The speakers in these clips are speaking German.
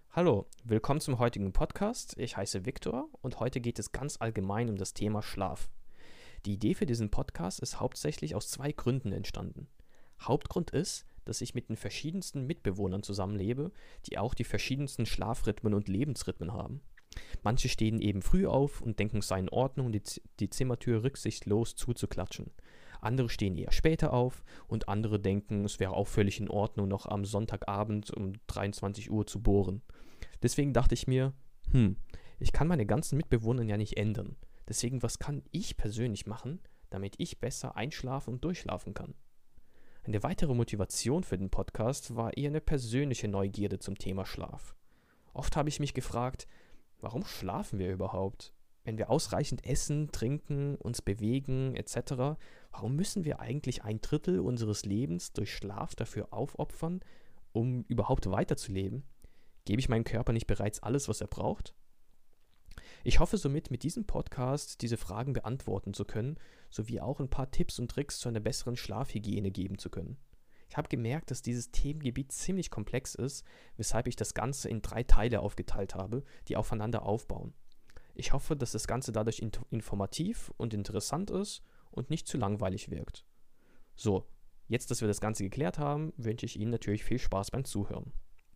Hallo, willkommen zum heutigen Podcast. Ich heiße Viktor und heute geht es ganz allgemein um das Thema Schlaf. Die Idee für diesen Podcast ist hauptsächlich aus zwei Gründen entstanden. Hauptgrund ist, dass ich mit den verschiedensten Mitbewohnern zusammenlebe, die auch die verschiedensten Schlafrhythmen und Lebensrhythmen haben. Manche stehen eben früh auf und denken, es sei in Ordnung, die Zimmertür rücksichtslos zuzuklatschen. Andere stehen eher später auf und andere denken, es wäre auch völlig in Ordnung, noch am Sonntagabend um 23 Uhr zu bohren. Deswegen dachte ich mir, ich kann meine ganzen Mitbewohner ja nicht ändern. Deswegen, was kann ich persönlich machen, damit ich besser einschlafen und durchschlafen kann? Eine weitere Motivation für den Podcast war eher eine persönliche Neugierde zum Thema Schlaf. Oft habe ich mich gefragt, warum schlafen wir überhaupt? Wenn wir ausreichend essen, trinken, uns bewegen etc., warum müssen wir eigentlich ein Drittel unseres Lebens durch Schlaf dafür aufopfern, um überhaupt weiterzuleben? Gebe ich meinem Körper nicht bereits alles, was er braucht? Ich hoffe somit, mit diesem Podcast diese Fragen beantworten zu können, sowie auch ein paar Tipps und Tricks zu einer besseren Schlafhygiene geben zu können. Ich habe gemerkt, dass dieses Themengebiet ziemlich komplex ist, weshalb ich das Ganze in 3 Teile aufgeteilt habe, die aufeinander aufbauen. Ich hoffe, dass das Ganze dadurch informativ und interessant ist und nicht zu langweilig wirkt. So, jetzt, dass wir das Ganze geklärt haben, wünsche ich Ihnen natürlich viel Spaß beim Zuhören.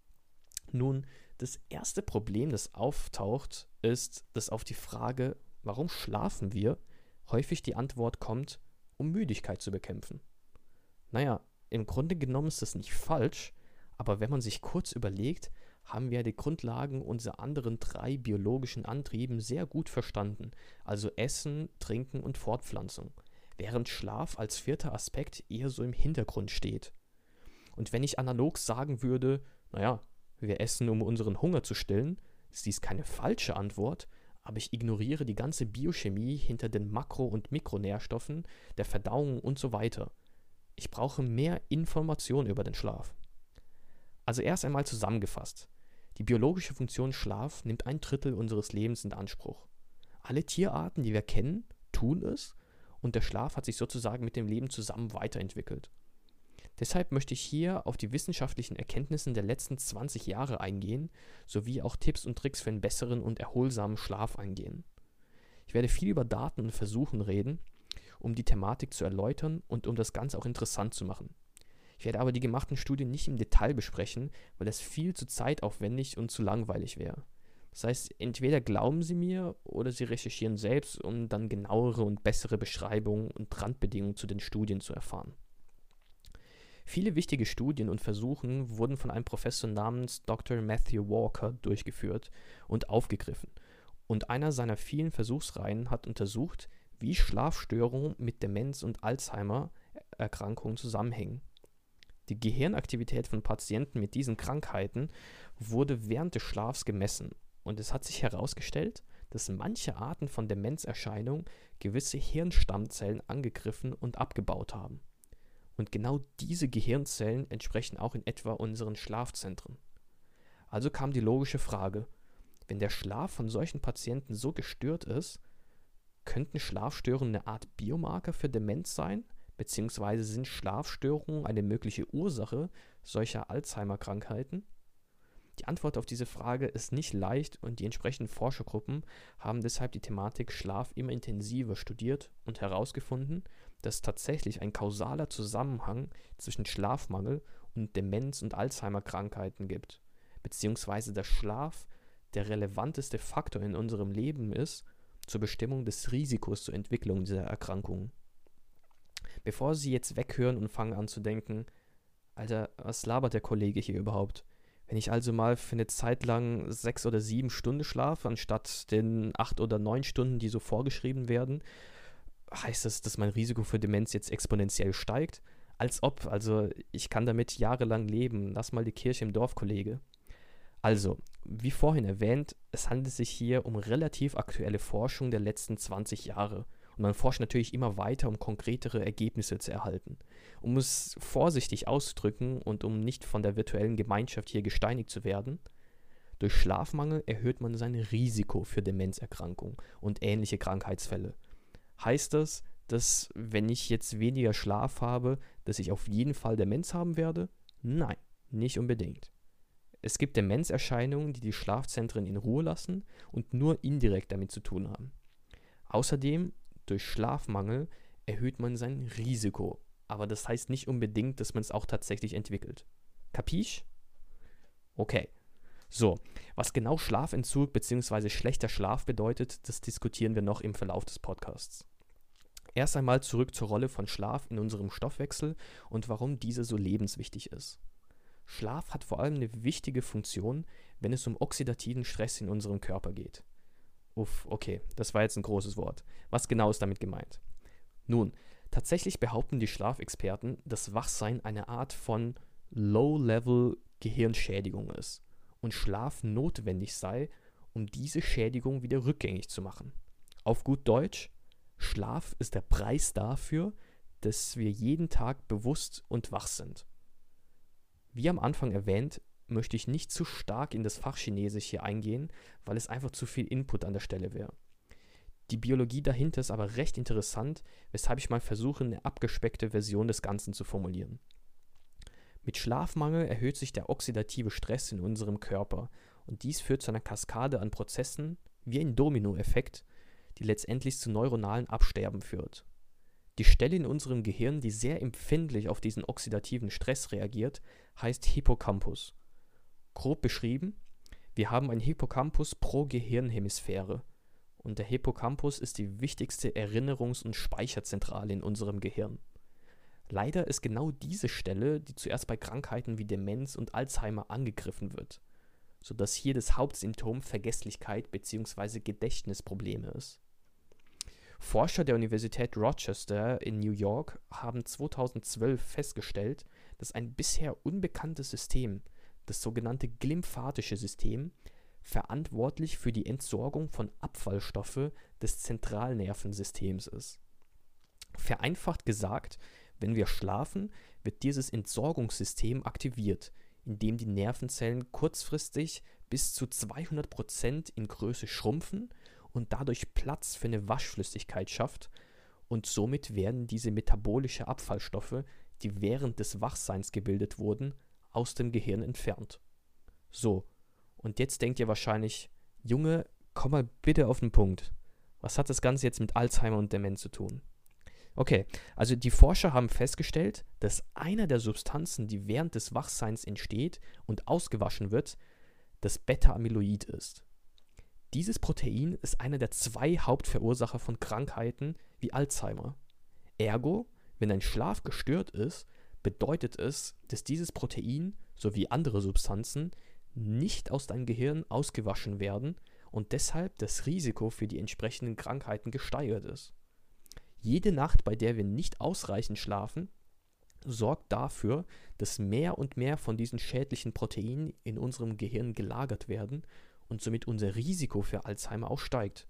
Nun, das erste Problem, das auftaucht, ist, dass auf die Frage, warum schlafen wir, häufig die Antwort kommt, um Müdigkeit zu bekämpfen. Naja, im Grunde genommen ist das nicht falsch, aber wenn man sich kurz überlegt, haben wir die Grundlagen unserer anderen 3 biologischen Antrieben sehr gut verstanden, also Essen, Trinken und Fortpflanzung, während Schlaf als 4. Aspekt eher so im Hintergrund steht. Und wenn ich analog sagen würde, naja, wir essen, um unseren Hunger zu stillen, ist dies keine falsche Antwort, aber ich ignoriere die ganze Biochemie hinter den Makro- und Mikronährstoffen, der Verdauung und so weiter. Ich brauche mehr Information über den Schlaf. Also erst einmal zusammengefasst. Die biologische Funktion Schlaf nimmt ein Drittel unseres Lebens in Anspruch. Alle Tierarten, die wir kennen, tun es und der Schlaf hat sich sozusagen mit dem Leben zusammen weiterentwickelt. Deshalb möchte ich hier auf die wissenschaftlichen Erkenntnisse der letzten 20 Jahre eingehen, sowie auch Tipps und Tricks für einen besseren und erholsamen Schlaf eingehen. Ich werde viel über Daten und Versuchen reden, um die Thematik zu erläutern und um das Ganze auch interessant zu machen. Ich werde aber die gemachten Studien nicht im Detail besprechen, weil das viel zu zeitaufwendig und zu langweilig wäre. Das heißt, entweder glauben Sie mir oder Sie recherchieren selbst, um dann genauere und bessere Beschreibungen und Randbedingungen zu den Studien zu erfahren. Viele wichtige Studien und Versuche wurden von einem Professor namens Dr. Matthew Walker durchgeführt und aufgegriffen. Und einer seiner vielen Versuchsreihen hat untersucht, wie Schlafstörungen mit Demenz und Alzheimer-Erkrankungen zusammenhängen. Die Gehirnaktivität von Patienten mit diesen Krankheiten wurde während des Schlafs gemessen und es hat sich herausgestellt, dass manche Arten von Demenzerscheinungen gewisse Hirnstammzellen angegriffen und abgebaut haben. Und genau diese Gehirnzellen entsprechen auch in etwa unseren Schlafzentren. Also kam die logische Frage, wenn der Schlaf von solchen Patienten so gestört ist, könnten Schlafstörungen eine Art Biomarker für Demenz sein? Beziehungsweise sind Schlafstörungen eine mögliche Ursache solcher Alzheimer-Krankheiten? Die Antwort auf diese Frage ist nicht leicht und die entsprechenden Forschergruppen haben deshalb die Thematik Schlaf immer intensiver studiert und herausgefunden, dass es tatsächlich ein kausaler Zusammenhang zwischen Schlafmangel und Demenz- und Alzheimer-Krankheiten gibt, beziehungsweise dass Schlaf der relevanteste Faktor in unserem Leben ist zur Bestimmung des Risikos zur Entwicklung dieser Erkrankungen. Bevor Sie jetzt weghören und fangen an zu denken, Alter, was labert der Kollege hier überhaupt? Wenn ich also mal für eine Zeit lang 6 oder 7 Stunden schlafe, anstatt den 8 oder 9 Stunden, die so vorgeschrieben werden, heißt das, dass mein Risiko für Demenz jetzt exponentiell steigt? Als ob, also ich kann damit jahrelang leben. Lass mal die Kirche im Dorf, Kollege. Also, wie vorhin erwähnt, es handelt sich hier um relativ aktuelle Forschung der letzten 20 Jahre. Und man forscht natürlich immer weiter, um konkretere Ergebnisse zu erhalten. Um es vorsichtig auszudrücken und um nicht von der virtuellen Gemeinschaft hier gesteinigt zu werden, durch Schlafmangel erhöht man sein Risiko für Demenzerkrankungen und ähnliche Krankheitsfälle. Heißt das, dass wenn ich jetzt weniger Schlaf habe, dass ich auf jeden Fall Demenz haben werde? Nein, nicht unbedingt. Es gibt Demenzerscheinungen, die die Schlafzentren in Ruhe lassen und nur indirekt damit zu tun haben. Außerdem, durch Schlafmangel erhöht man sein Risiko. Aber das heißt nicht unbedingt, dass man es auch tatsächlich entwickelt. Kapisch? Okay. So, was genau Schlafentzug bzw. schlechter Schlaf bedeutet, das diskutieren wir noch im Verlauf des Podcasts. Erst einmal zurück zur Rolle von Schlaf in unserem Stoffwechsel und warum diese so lebenswichtig ist. Schlaf hat vor allem eine wichtige Funktion, wenn es um oxidativen Stress in unserem Körper geht. Uff, okay, das war jetzt ein großes Wort. Was genau ist damit gemeint? Nun, tatsächlich behaupten die Schlafexperten, dass Wachsein eine Art von Low-Level-Gehirnschädigung ist und Schlaf notwendig sei, um diese Schädigung wieder rückgängig zu machen. Auf gut Deutsch, Schlaf ist der Preis dafür, dass wir jeden Tag bewusst und wach sind. Wie am Anfang erwähnt, möchte ich nicht zu stark in das Fachchinesisch hier eingehen, weil es einfach zu viel Input an der Stelle wäre. Die Biologie dahinter ist aber recht interessant, weshalb ich mal versuche, eine abgespeckte Version des Ganzen zu formulieren. Mit Schlafmangel erhöht sich der oxidative Stress in unserem Körper und dies führt zu einer Kaskade an Prozessen, wie ein Dominoeffekt, die letztendlich zu neuronalen Absterben führt. Die Stelle in unserem Gehirn, die sehr empfindlich auf diesen oxidativen Stress reagiert, heißt Hippocampus. Grob beschrieben, wir haben einen Hippocampus pro Gehirnhemisphäre und der Hippocampus ist die wichtigste Erinnerungs- und Speicherzentrale in unserem Gehirn. Leider ist genau diese Stelle, die zuerst bei Krankheiten wie Demenz und Alzheimer angegriffen wird, sodass hier das Hauptsymptom Vergesslichkeit bzw. Gedächtnisprobleme ist. Forscher der Universität Rochester in New York haben 2012 festgestellt, dass ein bisher unbekanntes System, das sogenannte glymphatische System, verantwortlich für die Entsorgung von Abfallstoffe des Zentralnervensystems ist. Vereinfacht gesagt, wenn wir schlafen, wird dieses Entsorgungssystem aktiviert, indem die Nervenzellen kurzfristig bis zu 200% in Größe schrumpfen und dadurch Platz für eine Waschflüssigkeit schafft und somit werden diese metabolische Abfallstoffe, die während des Wachseins gebildet wurden, aus dem Gehirn entfernt. So, und jetzt denkt ihr wahrscheinlich, Junge, komm mal bitte auf den Punkt. Was hat das Ganze jetzt mit Alzheimer und Demenz zu tun? Okay, also die Forscher haben festgestellt, dass einer der Substanzen, die während des Wachseins entsteht und ausgewaschen wird, das Beta-Amyloid ist. Dieses Protein ist einer der 2 Hauptverursacher von Krankheiten wie Alzheimer. Ergo, wenn dein Schlaf gestört ist, bedeutet es, dass dieses Protein sowie andere Substanzen nicht aus deinem Gehirn ausgewaschen werden und deshalb das Risiko für die entsprechenden Krankheiten gesteigert ist. Jede Nacht, bei der wir nicht ausreichend schlafen, sorgt dafür, dass mehr und mehr von diesen schädlichen Proteinen in unserem Gehirn gelagert werden und somit unser Risiko für Alzheimer auch steigt.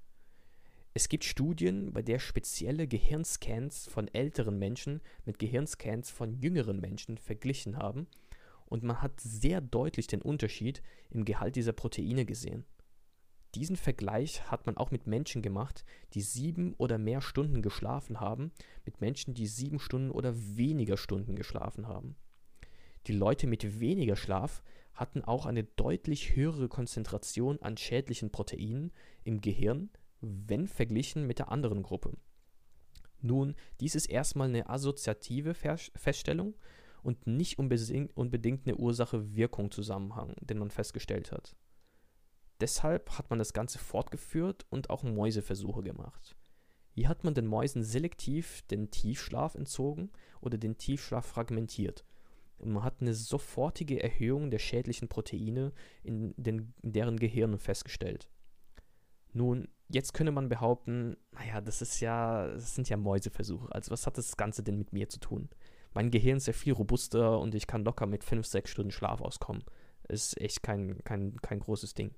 Es gibt Studien, bei der spezielle Gehirnscans von älteren Menschen mit Gehirnscans von jüngeren Menschen verglichen haben und man hat sehr deutlich den Unterschied im Gehalt dieser Proteine gesehen. Diesen Vergleich hat man auch mit Menschen gemacht, die 7 oder mehr Stunden geschlafen haben, mit Menschen, die 7 Stunden oder weniger Stunden geschlafen haben. Die Leute mit weniger Schlaf hatten auch eine deutlich höhere Konzentration an schädlichen Proteinen im Gehirn, wenn verglichen mit der anderen Gruppe. Nun, dies ist erstmal eine assoziative Feststellung und nicht unbedingt eine Ursache-Wirkung-Zusammenhang, den man festgestellt hat. Deshalb hat man das Ganze fortgeführt und auch Mäuseversuche gemacht. Hier hat man den Mäusen selektiv den Tiefschlaf entzogen oder den Tiefschlaf fragmentiert. Und man hat eine sofortige Erhöhung der schädlichen Proteine in deren Gehirnen festgestellt. Nun, jetzt könnte man behaupten, naja, das sind ja Mäuseversuche. Also was hat das Ganze denn mit mir zu tun? Mein Gehirn ist ja viel robuster und ich kann locker mit 5-6 Stunden Schlaf auskommen. Ist echt kein großes Ding.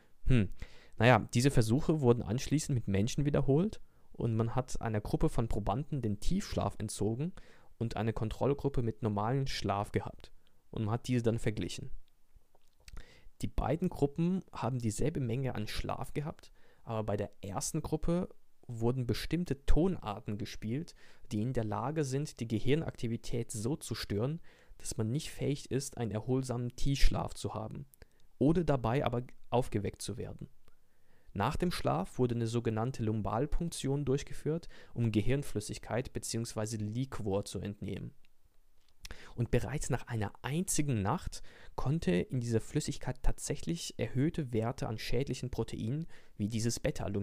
Naja, diese Versuche wurden anschließend mit Menschen wiederholt und man hat einer Gruppe von Probanden den Tiefschlaf entzogen und eine Kontrollgruppe mit normalem Schlaf gehabt. Und man hat diese dann verglichen. Die beiden Gruppen haben dieselbe Menge an Schlaf gehabt, aber bei der ersten Gruppe wurden bestimmte Tonarten gespielt, die in der Lage sind, die Gehirnaktivität so zu stören, dass man nicht fähig ist, einen erholsamen Tiefschlaf zu haben. ohne dabei aber aufgeweckt zu werden. Nach dem Schlaf wurde eine sogenannte Lumbalpunktion durchgeführt, um Gehirnflüssigkeit bzw. Liquor zu entnehmen. Und bereits nach einer einzigen Nacht konnte in dieser Flüssigkeit tatsächlich erhöhte Werte an schädlichen Proteinen wie dieses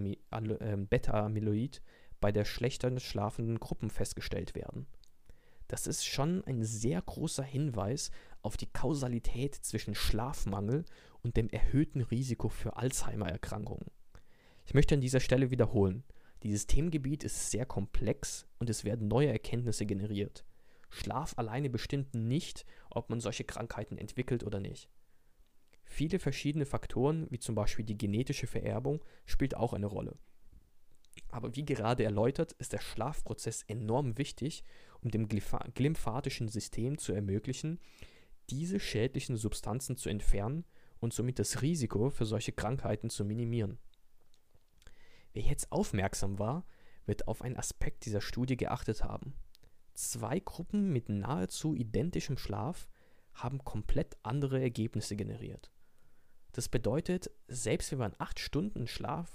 Beta-Amyloid bei der schlechter schlafenden Gruppen festgestellt werden. Das ist schon ein sehr großer Hinweis auf die Kausalität zwischen Schlafmangel und dem erhöhten Risiko für Alzheimer-Erkrankungen. Ich möchte an dieser Stelle wiederholen, dieses Themengebiet ist sehr komplex und es werden neue Erkenntnisse generiert. Schlaf alleine bestimmt nicht, ob man solche Krankheiten entwickelt oder nicht. Viele verschiedene Faktoren, wie zum Beispiel die genetische Vererbung, spielt auch eine Rolle. Aber wie gerade erläutert, ist der Schlafprozess enorm wichtig, um dem glymphatischen System zu ermöglichen, diese schädlichen Substanzen zu entfernen und somit das Risiko für solche Krankheiten zu minimieren. Wer jetzt aufmerksam war, wird auf einen Aspekt dieser Studie geachtet haben. 2 Gruppen mit nahezu identischem Schlaf haben komplett andere Ergebnisse generiert. Das bedeutet, selbst wenn man 8 Stunden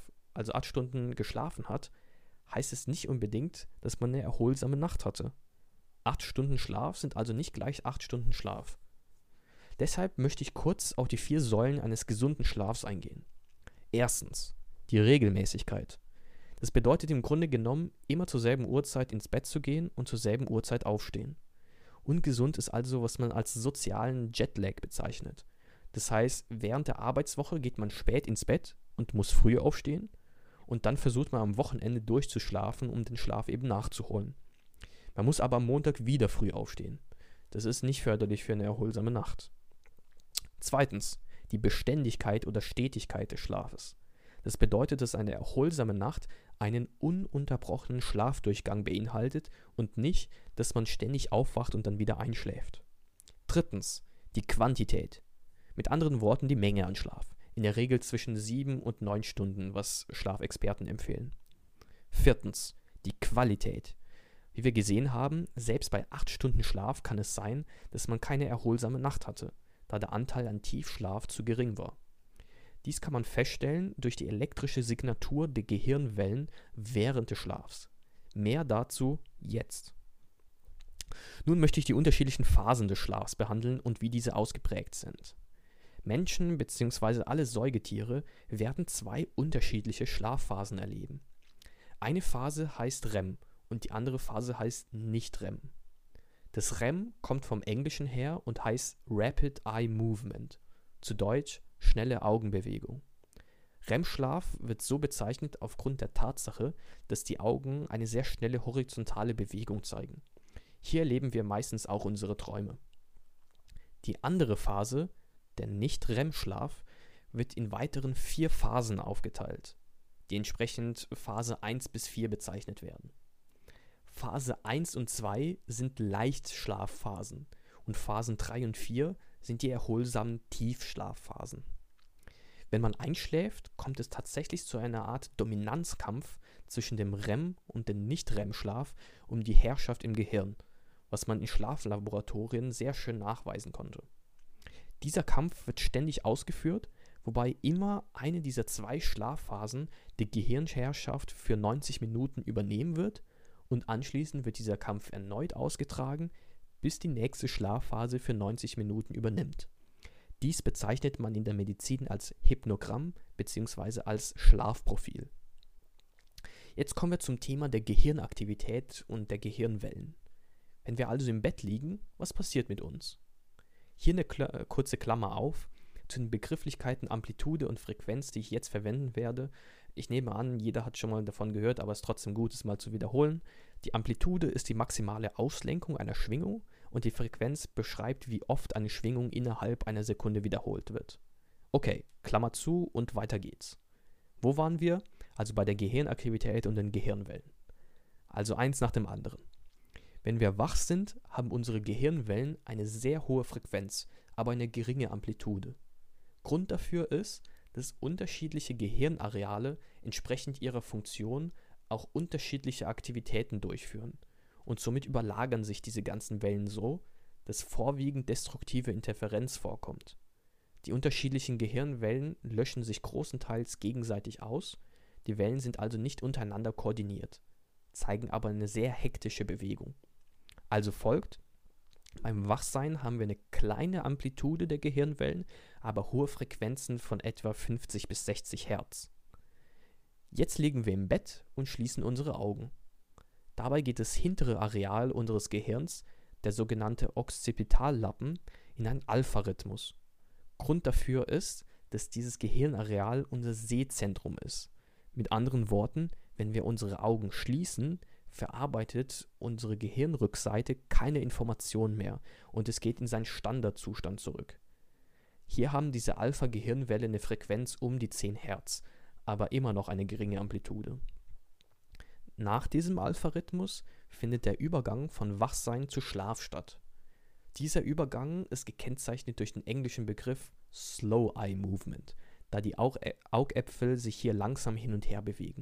geschlafen hat, heißt es nicht unbedingt, dass man eine erholsame Nacht hatte. 8 Stunden Schlaf sind also nicht gleich 8 Stunden Schlaf. Deshalb möchte ich kurz auf die 4 Säulen eines gesunden Schlafs eingehen. Erstens, die Regelmäßigkeit. Das bedeutet im Grunde genommen, immer zur selben Uhrzeit ins Bett zu gehen und zur selben Uhrzeit aufstehen. Ungesund ist also, was man als sozialen Jetlag bezeichnet. Das heißt, während der Arbeitswoche geht man spät ins Bett und muss früh aufstehen und dann versucht man am Wochenende durchzuschlafen, um den Schlaf eben nachzuholen. Man muss aber am Montag wieder früh aufstehen. Das ist nicht förderlich für eine erholsame Nacht. Zweitens, die Beständigkeit oder Stetigkeit des Schlafes. Das bedeutet, dass eine erholsame Nacht einen ununterbrochenen Schlafdurchgang beinhaltet und nicht, dass man ständig aufwacht und dann wieder einschläft. Drittens, die Quantität. Mit anderen Worten die Menge an Schlaf. In der Regel zwischen 7 und 9 Stunden, was Schlafexperten empfehlen. Viertens, die Qualität. Wie wir gesehen haben, selbst bei 8 Stunden Schlaf kann es sein, dass man keine erholsame Nacht hatte, da der Anteil an Tiefschlaf zu gering war. Dies kann man feststellen durch die elektrische Signatur der Gehirnwellen während des Schlafs. Mehr dazu jetzt. Nun möchte ich die unterschiedlichen Phasen des Schlafs behandeln und wie diese ausgeprägt sind. Menschen bzw. alle Säugetiere werden 2 unterschiedliche Schlafphasen erleben. Eine Phase heißt REM und die andere Phase heißt Nicht-REM. Das REM kommt vom Englischen her und heißt Rapid Eye Movement, zu Deutsch schnelle Augenbewegung. REM-Schlaf wird so bezeichnet aufgrund der Tatsache, dass die Augen eine sehr schnelle horizontale Bewegung zeigen. Hier erleben wir meistens auch unsere Träume. Die andere Phase, der Nicht-REM-Schlaf, wird in weiteren 4 Phasen aufgeteilt, die entsprechend Phase 1 bis 4 bezeichnet werden. Phase 1 und 2 sind Leichtschlafphasen und Phasen 3 und 4 sind die erholsamen Tiefschlafphasen. Wenn man einschläft, kommt es tatsächlich zu einer Art Dominanzkampf zwischen dem REM und dem Nicht-REM-Schlaf um die Herrschaft im Gehirn, was man in Schlaflaboratorien sehr schön nachweisen konnte. Dieser Kampf wird ständig ausgeführt, wobei immer eine dieser 2 Schlafphasen die Gehirnherrschaft für 90 Minuten übernehmen wird und anschließend wird dieser Kampf erneut ausgetragen, bis die nächste Schlafphase für 90 Minuten übernimmt. Dies bezeichnet man in der Medizin als Hypnogramm bzw. als Schlafprofil. Jetzt kommen wir zum Thema der Gehirnaktivität und der Gehirnwellen. Wenn wir also im Bett liegen, was passiert mit uns? Hier eine kurze Klammer auf zu den Begrifflichkeiten Amplitude und Frequenz, die ich jetzt verwenden werde. Ich nehme an, jeder hat schon mal davon gehört, aber es ist trotzdem gut, es mal zu wiederholen. Die Amplitude ist die maximale Auslenkung einer Schwingung und die Frequenz beschreibt, wie oft eine Schwingung innerhalb einer Sekunde wiederholt wird. Okay, Klammer zu und weiter geht's. Wo waren wir? Also bei der Gehirnaktivität und den Gehirnwellen. Also eins nach dem anderen. Wenn wir wach sind, haben unsere Gehirnwellen eine sehr hohe Frequenz, aber eine geringe Amplitude. Grund dafür ist, dass unterschiedliche Gehirnareale entsprechend ihrer Funktion auch unterschiedliche Aktivitäten durchführen und somit überlagern sich diese ganzen Wellen so, dass vorwiegend destruktive Interferenz vorkommt. Die unterschiedlichen Gehirnwellen löschen sich großenteils gegenseitig aus. Die Wellen sind also nicht untereinander koordiniert, zeigen aber eine sehr hektische Bewegung. Also folgt: Beim Wachsein haben wir eine kleine Amplitude der Gehirnwellen, aber hohe Frequenzen von etwa 50 bis 60 Hertz. Jetzt liegen wir im Bett und schließen unsere Augen. Dabei geht das hintere Areal unseres Gehirns, der sogenannte Occipitallappen, in einen Alpha-Rhythmus. Grund dafür ist, dass dieses Gehirnareal unser Sehzentrum ist. Mit anderen Worten, wenn wir unsere Augen schließen, verarbeitet unsere Gehirnrückseite keine Information mehr und es geht in seinen Standardzustand zurück. Hier haben diese Alpha-Gehirnwelle eine Frequenz um die 10 Hertz, aber immer noch eine geringe Amplitude. Nach diesem Alpha-Rhythmus findet der Übergang von Wachsein zu Schlaf statt. Dieser Übergang ist gekennzeichnet durch den englischen Begriff Slow Eye Movement, da die Augäpfel sich hier langsam hin und her bewegen.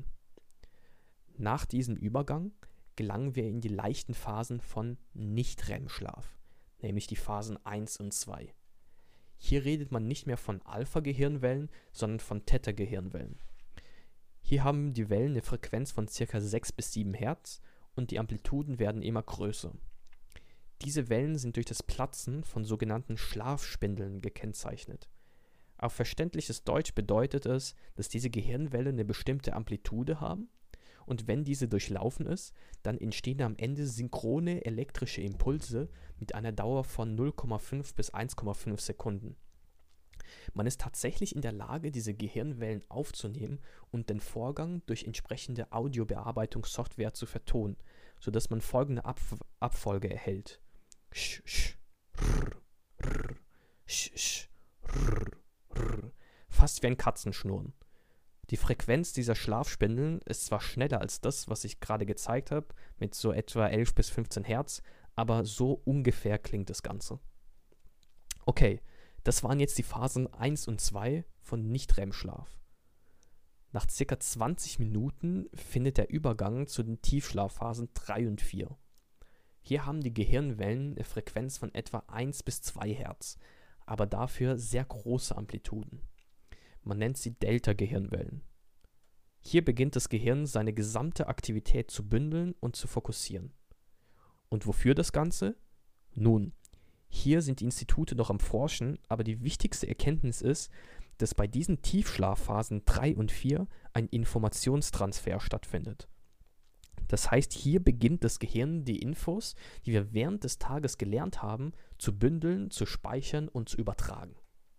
Nach diesem Übergang gelangen wir in die leichten Phasen von Nicht-REM-Schlaf, nämlich die Phasen 1 und 2. Hier redet man nicht mehr von Alpha-Gehirnwellen, sondern von Theta-Gehirnwellen. Hier haben die Wellen eine Frequenz von ca. 6 bis 7 Hertz und die Amplituden werden immer größer. Diese Wellen sind durch das Platzen von sogenannten Schlafspindeln gekennzeichnet. Auf verständliches Deutsch bedeutet es, dass diese Gehirnwellen eine bestimmte Amplitude haben und wenn diese durchlaufen ist, dann entstehen am Ende synchrone elektrische Impulse mit einer Dauer von 0,5 bis 1,5 Sekunden. Man ist tatsächlich in der Lage, diese Gehirnwellen aufzunehmen und den Vorgang durch entsprechende Audiobearbeitungssoftware zu vertonen, sodass man folgende Abfolge erhält. Sch, sch, rr, rr, sch, sch, rr, rr. Fast wie ein Katzenschnurren. Die Frequenz dieser Schlafspindeln ist zwar schneller als das, was ich gerade gezeigt habe, mit so etwa 11 bis 15 Hertz, aber so ungefähr klingt das Ganze. Okay, das waren jetzt die Phasen 1 und 2 von Nicht-REM-Schlaf. Nach ca. 20 Minuten findet der Übergang zu den Tiefschlafphasen 3 und 4. Hier haben die Gehirnwellen eine Frequenz von etwa 1 bis 2 Hertz, aber dafür sehr große Amplituden. Man nennt sie Delta-Gehirnwellen. Hier beginnt das Gehirn seine gesamte Aktivität zu bündeln und zu fokussieren. Und wofür das Ganze? Nun, hier sind die Institute noch am Forschen, aber die wichtigste Erkenntnis ist, dass bei diesen Tiefschlafphasen 3 und 4 ein Informationstransfer stattfindet. Das heißt, hier beginnt das Gehirn, die Infos, die wir während des Tages gelernt haben, zu bündeln, zu speichern und zu übertragen.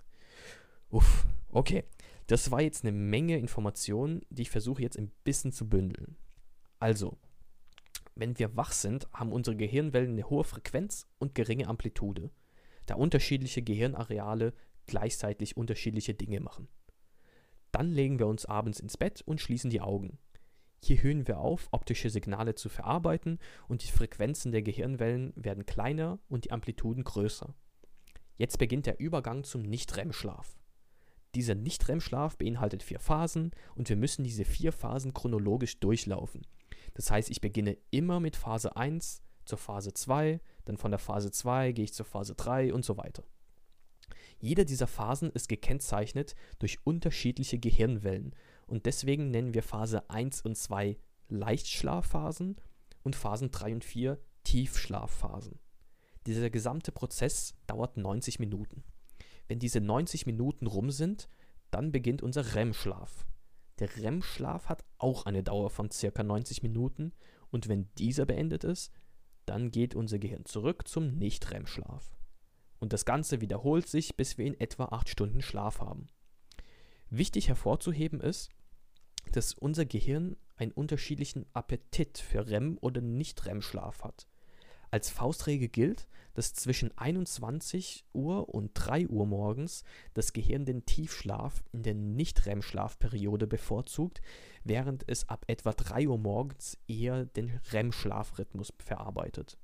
Uff, okay. Das war jetzt eine Menge Informationen, die ich versuche jetzt ein bisschen zu bündeln. Also, wenn wir wach sind, haben unsere Gehirnwellen eine hohe Frequenz und geringe Amplitude, da unterschiedliche Gehirnareale gleichzeitig unterschiedliche Dinge machen. Dann legen wir uns abends ins Bett und schließen die Augen. Hier hören wir auf, optische Signale zu verarbeiten und die Frequenzen der Gehirnwellen werden kleiner und die Amplituden größer. Jetzt beginnt der Übergang zum Nicht-REM-Schlaf. Dieser Nicht-REM-Schlaf beinhaltet 4 Phasen und wir müssen diese 4 Phasen chronologisch durchlaufen. Das heißt, ich beginne immer mit Phase 1 zur Phase 2, dann von der Phase 2 gehe ich zur Phase 3 und so weiter. Jede dieser Phasen ist gekennzeichnet durch unterschiedliche Gehirnwellen und deswegen nennen wir Phase 1 und 2 Leichtschlafphasen und Phasen 3 und 4 Tiefschlafphasen. Dieser gesamte Prozess dauert 90 Minuten. Wenn diese 90 Minuten rum sind, dann beginnt unser REM-Schlaf. Der REM-Schlaf hat auch eine Dauer von ca. 90 Minuten und wenn dieser beendet ist, dann geht unser Gehirn zurück zum Nicht-REM-Schlaf. Und das Ganze wiederholt sich, bis wir in etwa 8 Stunden Schlaf haben. Wichtig hervorzuheben ist, dass unser Gehirn einen unterschiedlichen Appetit für REM- oder Nicht-REM-Schlaf hat. Als Faustregel gilt, dass zwischen 21 Uhr und 3 Uhr morgens das Gehirn den Tiefschlaf in der Nicht-REM-Schlafperiode bevorzugt, während es ab etwa 3 Uhr morgens eher den REM-Schlafrhythmus verarbeitet.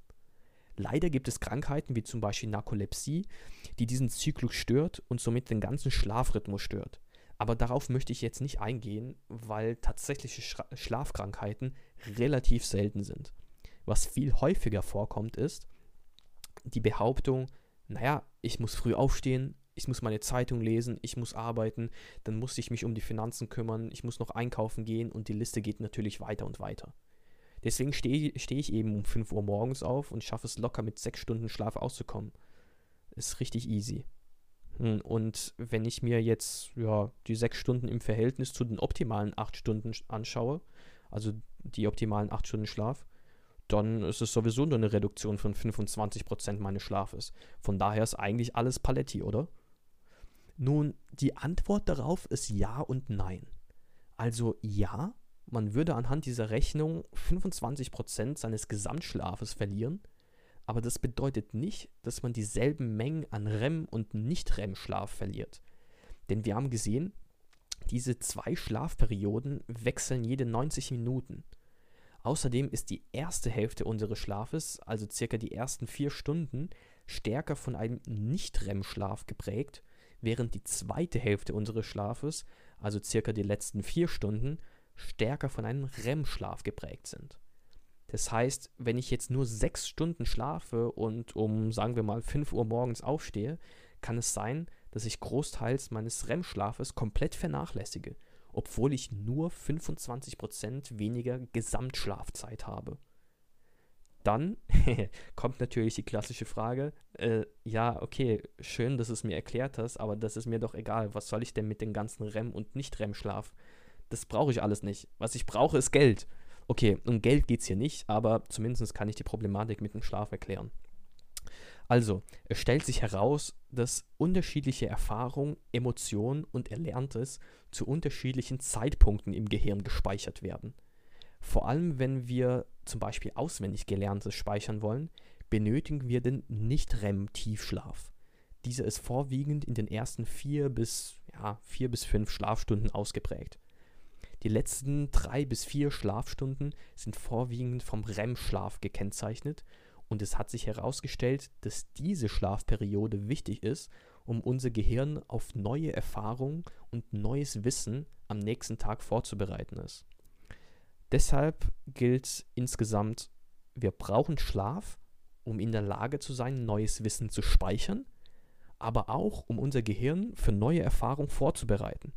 Leider gibt es Krankheiten wie zum Beispiel Narkolepsie, die diesen Zyklus stört und somit den ganzen Schlafrhythmus stört. Aber darauf möchte ich jetzt nicht eingehen, weil tatsächliche Schlafkrankheiten relativ selten sind. Was viel häufiger vorkommt, ist die Behauptung, naja, ich muss früh aufstehen, ich muss meine Zeitung lesen, ich muss arbeiten, dann muss ich mich um die Finanzen kümmern, ich muss noch einkaufen gehen und die Liste geht natürlich weiter und weiter. Deswegen steh ich eben um 5 Uhr morgens auf und schaffe es locker mit 6 Stunden Schlaf auszukommen. Ist richtig easy. Und wenn ich mir jetzt die 6 Stunden im Verhältnis zu den optimalen 8 Stunden anschaue, also die optimalen 8 Stunden Schlaf, dann ist es sowieso nur eine Reduktion von 25% meines Schlafes. Von daher ist eigentlich alles Paletti, oder? Nun, die Antwort darauf ist ja und nein. Also ja, man würde anhand dieser Rechnung 25% seines Gesamtschlafes verlieren, aber das bedeutet nicht, dass man dieselben Mengen an REM und Nicht-REM-Schlaf verliert. Denn wir haben gesehen, diese 2 Schlafperioden wechseln jede 90 Minuten. Außerdem ist die erste Hälfte unseres Schlafes, also circa die ersten 4 Stunden, stärker von einem Nicht-REM-Schlaf geprägt, während die zweite Hälfte unseres Schlafes, also circa die letzten 4 Stunden, stärker von einem REM-Schlaf geprägt sind. Das heißt, wenn ich jetzt nur 6 Stunden schlafe und um, sagen wir mal, 5 Uhr morgens aufstehe, kann es sein, dass ich großteils meines REM-Schlafes komplett vernachlässige, obwohl ich nur 25% weniger Gesamtschlafzeit habe. Dann kommt natürlich die klassische Frage, ja, okay, schön, dass du es mir erklärt hast, aber das ist mir doch egal. Was soll ich denn mit dem ganzen REM- und Nicht-REM-Schlaf? Das brauche ich alles nicht. Was ich brauche, ist Geld. Okay, um Geld geht es hier nicht, aber zumindest kann ich die Problematik mit dem Schlaf erklären. Also, es stellt sich heraus, dass unterschiedliche Erfahrungen, Emotionen und Erlerntes zu unterschiedlichen Zeitpunkten im Gehirn gespeichert werden. Vor allem, wenn wir zum Beispiel auswendig Gelerntes speichern wollen, benötigen wir den Nicht-REM-Tiefschlaf. Dieser ist vorwiegend in den ersten 4 bis 5 Schlafstunden ausgeprägt. Die letzten 3 bis 4 Schlafstunden sind vorwiegend vom REM-Schlaf gekennzeichnet und es hat sich herausgestellt, dass diese Schlafperiode wichtig ist, um unser Gehirn auf neue Erfahrungen und neues Wissen am nächsten Tag vorzubereiten ist. Deshalb gilt insgesamt, wir brauchen Schlaf, um in der Lage zu sein, neues Wissen zu speichern, aber auch, um unser Gehirn für neue Erfahrungen vorzubereiten.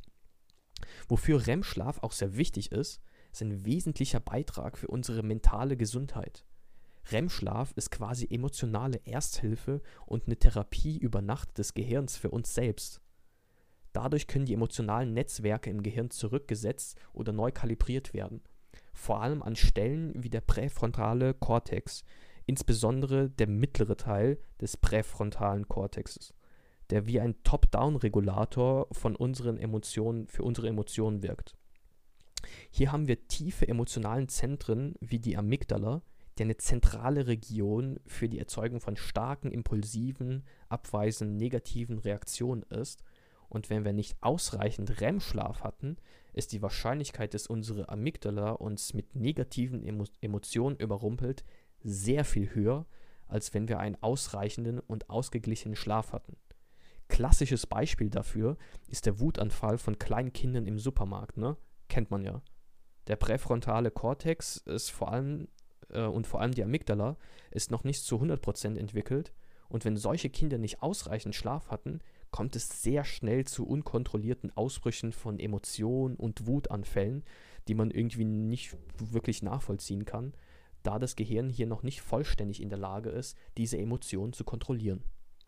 Wofür REM-Schlaf auch sehr wichtig ist ein wesentlicher Beitrag für unsere mentale Gesundheit. REM-Schlaf ist quasi emotionale Ersthilfe und eine Therapie über Nacht des Gehirns für uns selbst. Dadurch können die emotionalen Netzwerke im Gehirn zurückgesetzt oder neu kalibriert werden. Vor allem an Stellen wie der präfrontale Kortex, insbesondere der mittlere Teil des präfrontalen Kortexes, der wie ein Top-Down-Regulator von unseren Emotionen für unsere Emotionen wirkt. Hier haben wir tiefe emotionalen Zentren wie die Amygdala, die eine zentrale Region für die Erzeugung von starken, impulsiven, abweisenden, negativen Reaktionen ist. Und wenn wir nicht ausreichend REM-Schlaf hatten, ist die Wahrscheinlichkeit, dass unsere Amygdala uns mit negativen Emotionen überrumpelt, sehr viel höher, als wenn wir einen ausreichenden und ausgeglichenen Schlaf hatten. Klassisches Beispiel dafür ist der Wutanfall von kleinen Kindern im Supermarkt, ne? Kennt man ja. Der präfrontale Kortex ist vor allem die Amygdala ist noch nicht zu 100% entwickelt und wenn solche Kinder nicht ausreichend Schlaf hatten, kommt es sehr schnell zu unkontrollierten Ausbrüchen von Emotionen und Wutanfällen, die man irgendwie nicht wirklich nachvollziehen kann, da das Gehirn hier noch nicht vollständig in der Lage ist, diese Emotionen zu kontrollieren.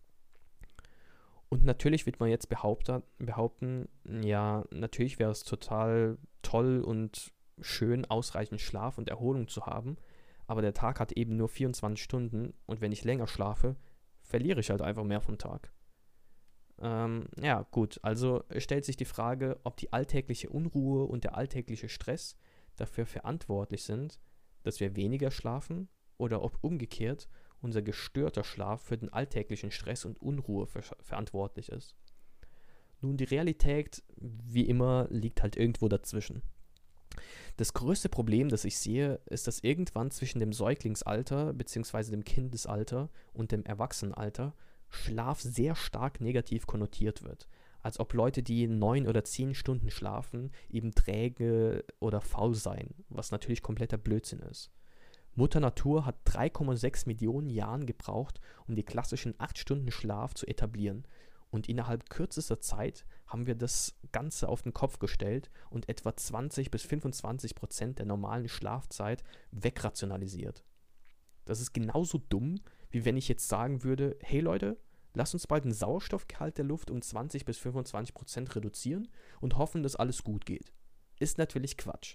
Und natürlich wird man jetzt behaupten, ja, natürlich wäre es total toll und schön, ausreichend Schlaf und Erholung zu haben, aber der Tag hat eben nur 24 Stunden und wenn ich länger schlafe, verliere ich halt einfach mehr vom Tag. Ja, gut, also stellt sich die Frage, ob die alltägliche Unruhe und der alltägliche Stress dafür verantwortlich sind, dass wir weniger schlafen oder ob umgekehrt unser gestörter Schlaf für den alltäglichen Stress und Unruhe verantwortlich ist. Nun, die Realität, wie immer, liegt halt irgendwo dazwischen. Das größte Problem, das ich sehe, ist, dass irgendwann zwischen dem Säuglingsalter bzw. dem Kindesalter und dem Erwachsenenalter Schlaf sehr stark negativ konnotiert wird. Als ob Leute, die 9 oder 10 Stunden schlafen, eben träge oder faul seien, was natürlich kompletter Blödsinn ist. Mutter Natur hat 3,6 Millionen Jahren gebraucht, um die klassischen 8 Stunden Schlaf zu etablieren. Und innerhalb kürzester Zeit haben wir das Ganze auf den Kopf gestellt und etwa 20-25% der normalen Schlafzeit wegrationalisiert. Das ist genauso dumm, wie wenn ich jetzt sagen würde, hey Leute, lasst uns bald den Sauerstoffgehalt der Luft um 20-25% reduzieren und hoffen, dass alles gut geht. Ist natürlich Quatsch.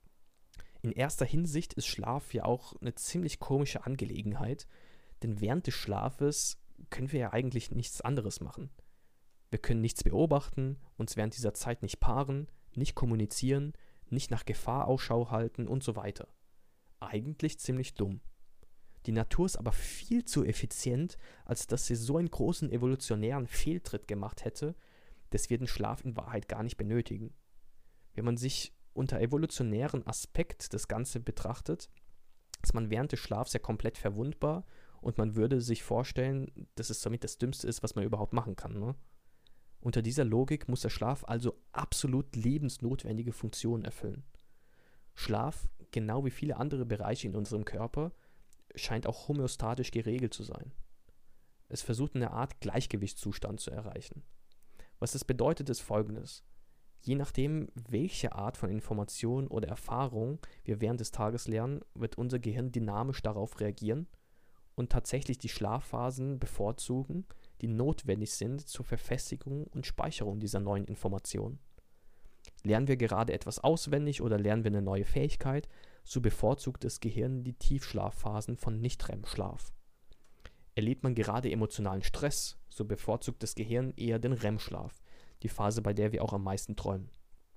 In erster Hinsicht ist Schlaf ja auch eine ziemlich komische Angelegenheit, denn während des Schlafes können wir ja eigentlich nichts anderes machen. Wir können nichts beobachten, uns während dieser Zeit nicht paaren, nicht kommunizieren, nicht nach Gefahr Ausschau halten und so weiter. Eigentlich ziemlich dumm. Die Natur ist aber viel zu effizient, als dass sie so einen großen evolutionären Fehltritt gemacht hätte, dass wir den Schlaf in Wahrheit gar nicht benötigen. Wenn man sich unter evolutionären Aspekt das Ganze betrachtet, ist man während des Schlafs ja komplett verwundbar und man würde sich vorstellen, dass es somit das Dümmste ist, was man überhaupt machen kann. Ne? Unter dieser Logik muss der Schlaf also absolut lebensnotwendige Funktionen erfüllen. Schlaf, genau wie viele andere Bereiche in unserem Körper, scheint auch homöostatisch geregelt zu sein. Es versucht eine Art Gleichgewichtszustand zu erreichen. Was das bedeutet, ist Folgendes. Je nachdem, welche Art von Information oder Erfahrung wir während des Tages lernen, wird unser Gehirn dynamisch darauf reagieren und tatsächlich die Schlafphasen bevorzugen, die notwendig sind zur Verfestigung und Speicherung dieser neuen Informationen. Lernen wir gerade etwas auswendig oder lernen wir eine neue Fähigkeit, so bevorzugt das Gehirn die Tiefschlafphasen von Nicht-REM-Schlaf. Erlebt man gerade emotionalen Stress, so bevorzugt das Gehirn eher den REM-Schlaf, die Phase, bei der wir auch am meisten träumen.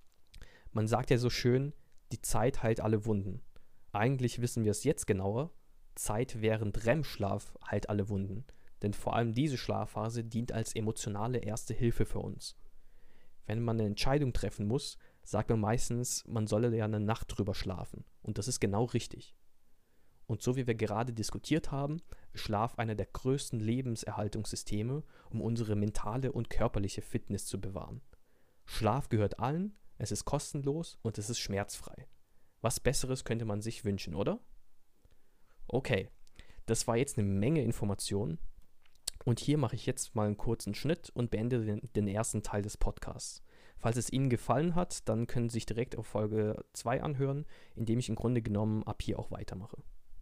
Man sagt ja so schön, die Zeit heilt alle Wunden. Eigentlich wissen wir es jetzt genauer, Zeit während REM-Schlaf heilt alle Wunden, denn vor allem diese Schlafphase dient als emotionale erste Hilfe für uns. Wenn man eine Entscheidung treffen muss, sagt man meistens, man solle ja eine Nacht drüber schlafen. Und das ist genau richtig. Und so wie wir gerade diskutiert haben, ist Schlaf einer der größten Lebenserhaltungssysteme, um unsere mentale und körperliche Fitness zu bewahren. Schlaf gehört allen, es ist kostenlos und es ist schmerzfrei. Was Besseres könnte man sich wünschen, oder? Okay, das war jetzt eine Menge Informationen. Und hier mache ich jetzt mal einen kurzen Schnitt und beende den ersten Teil des Podcasts. Falls es Ihnen gefallen hat, dann können Sie sich direkt auf Folge 2 anhören, indem ich im Grunde genommen ab hier auch weitermache.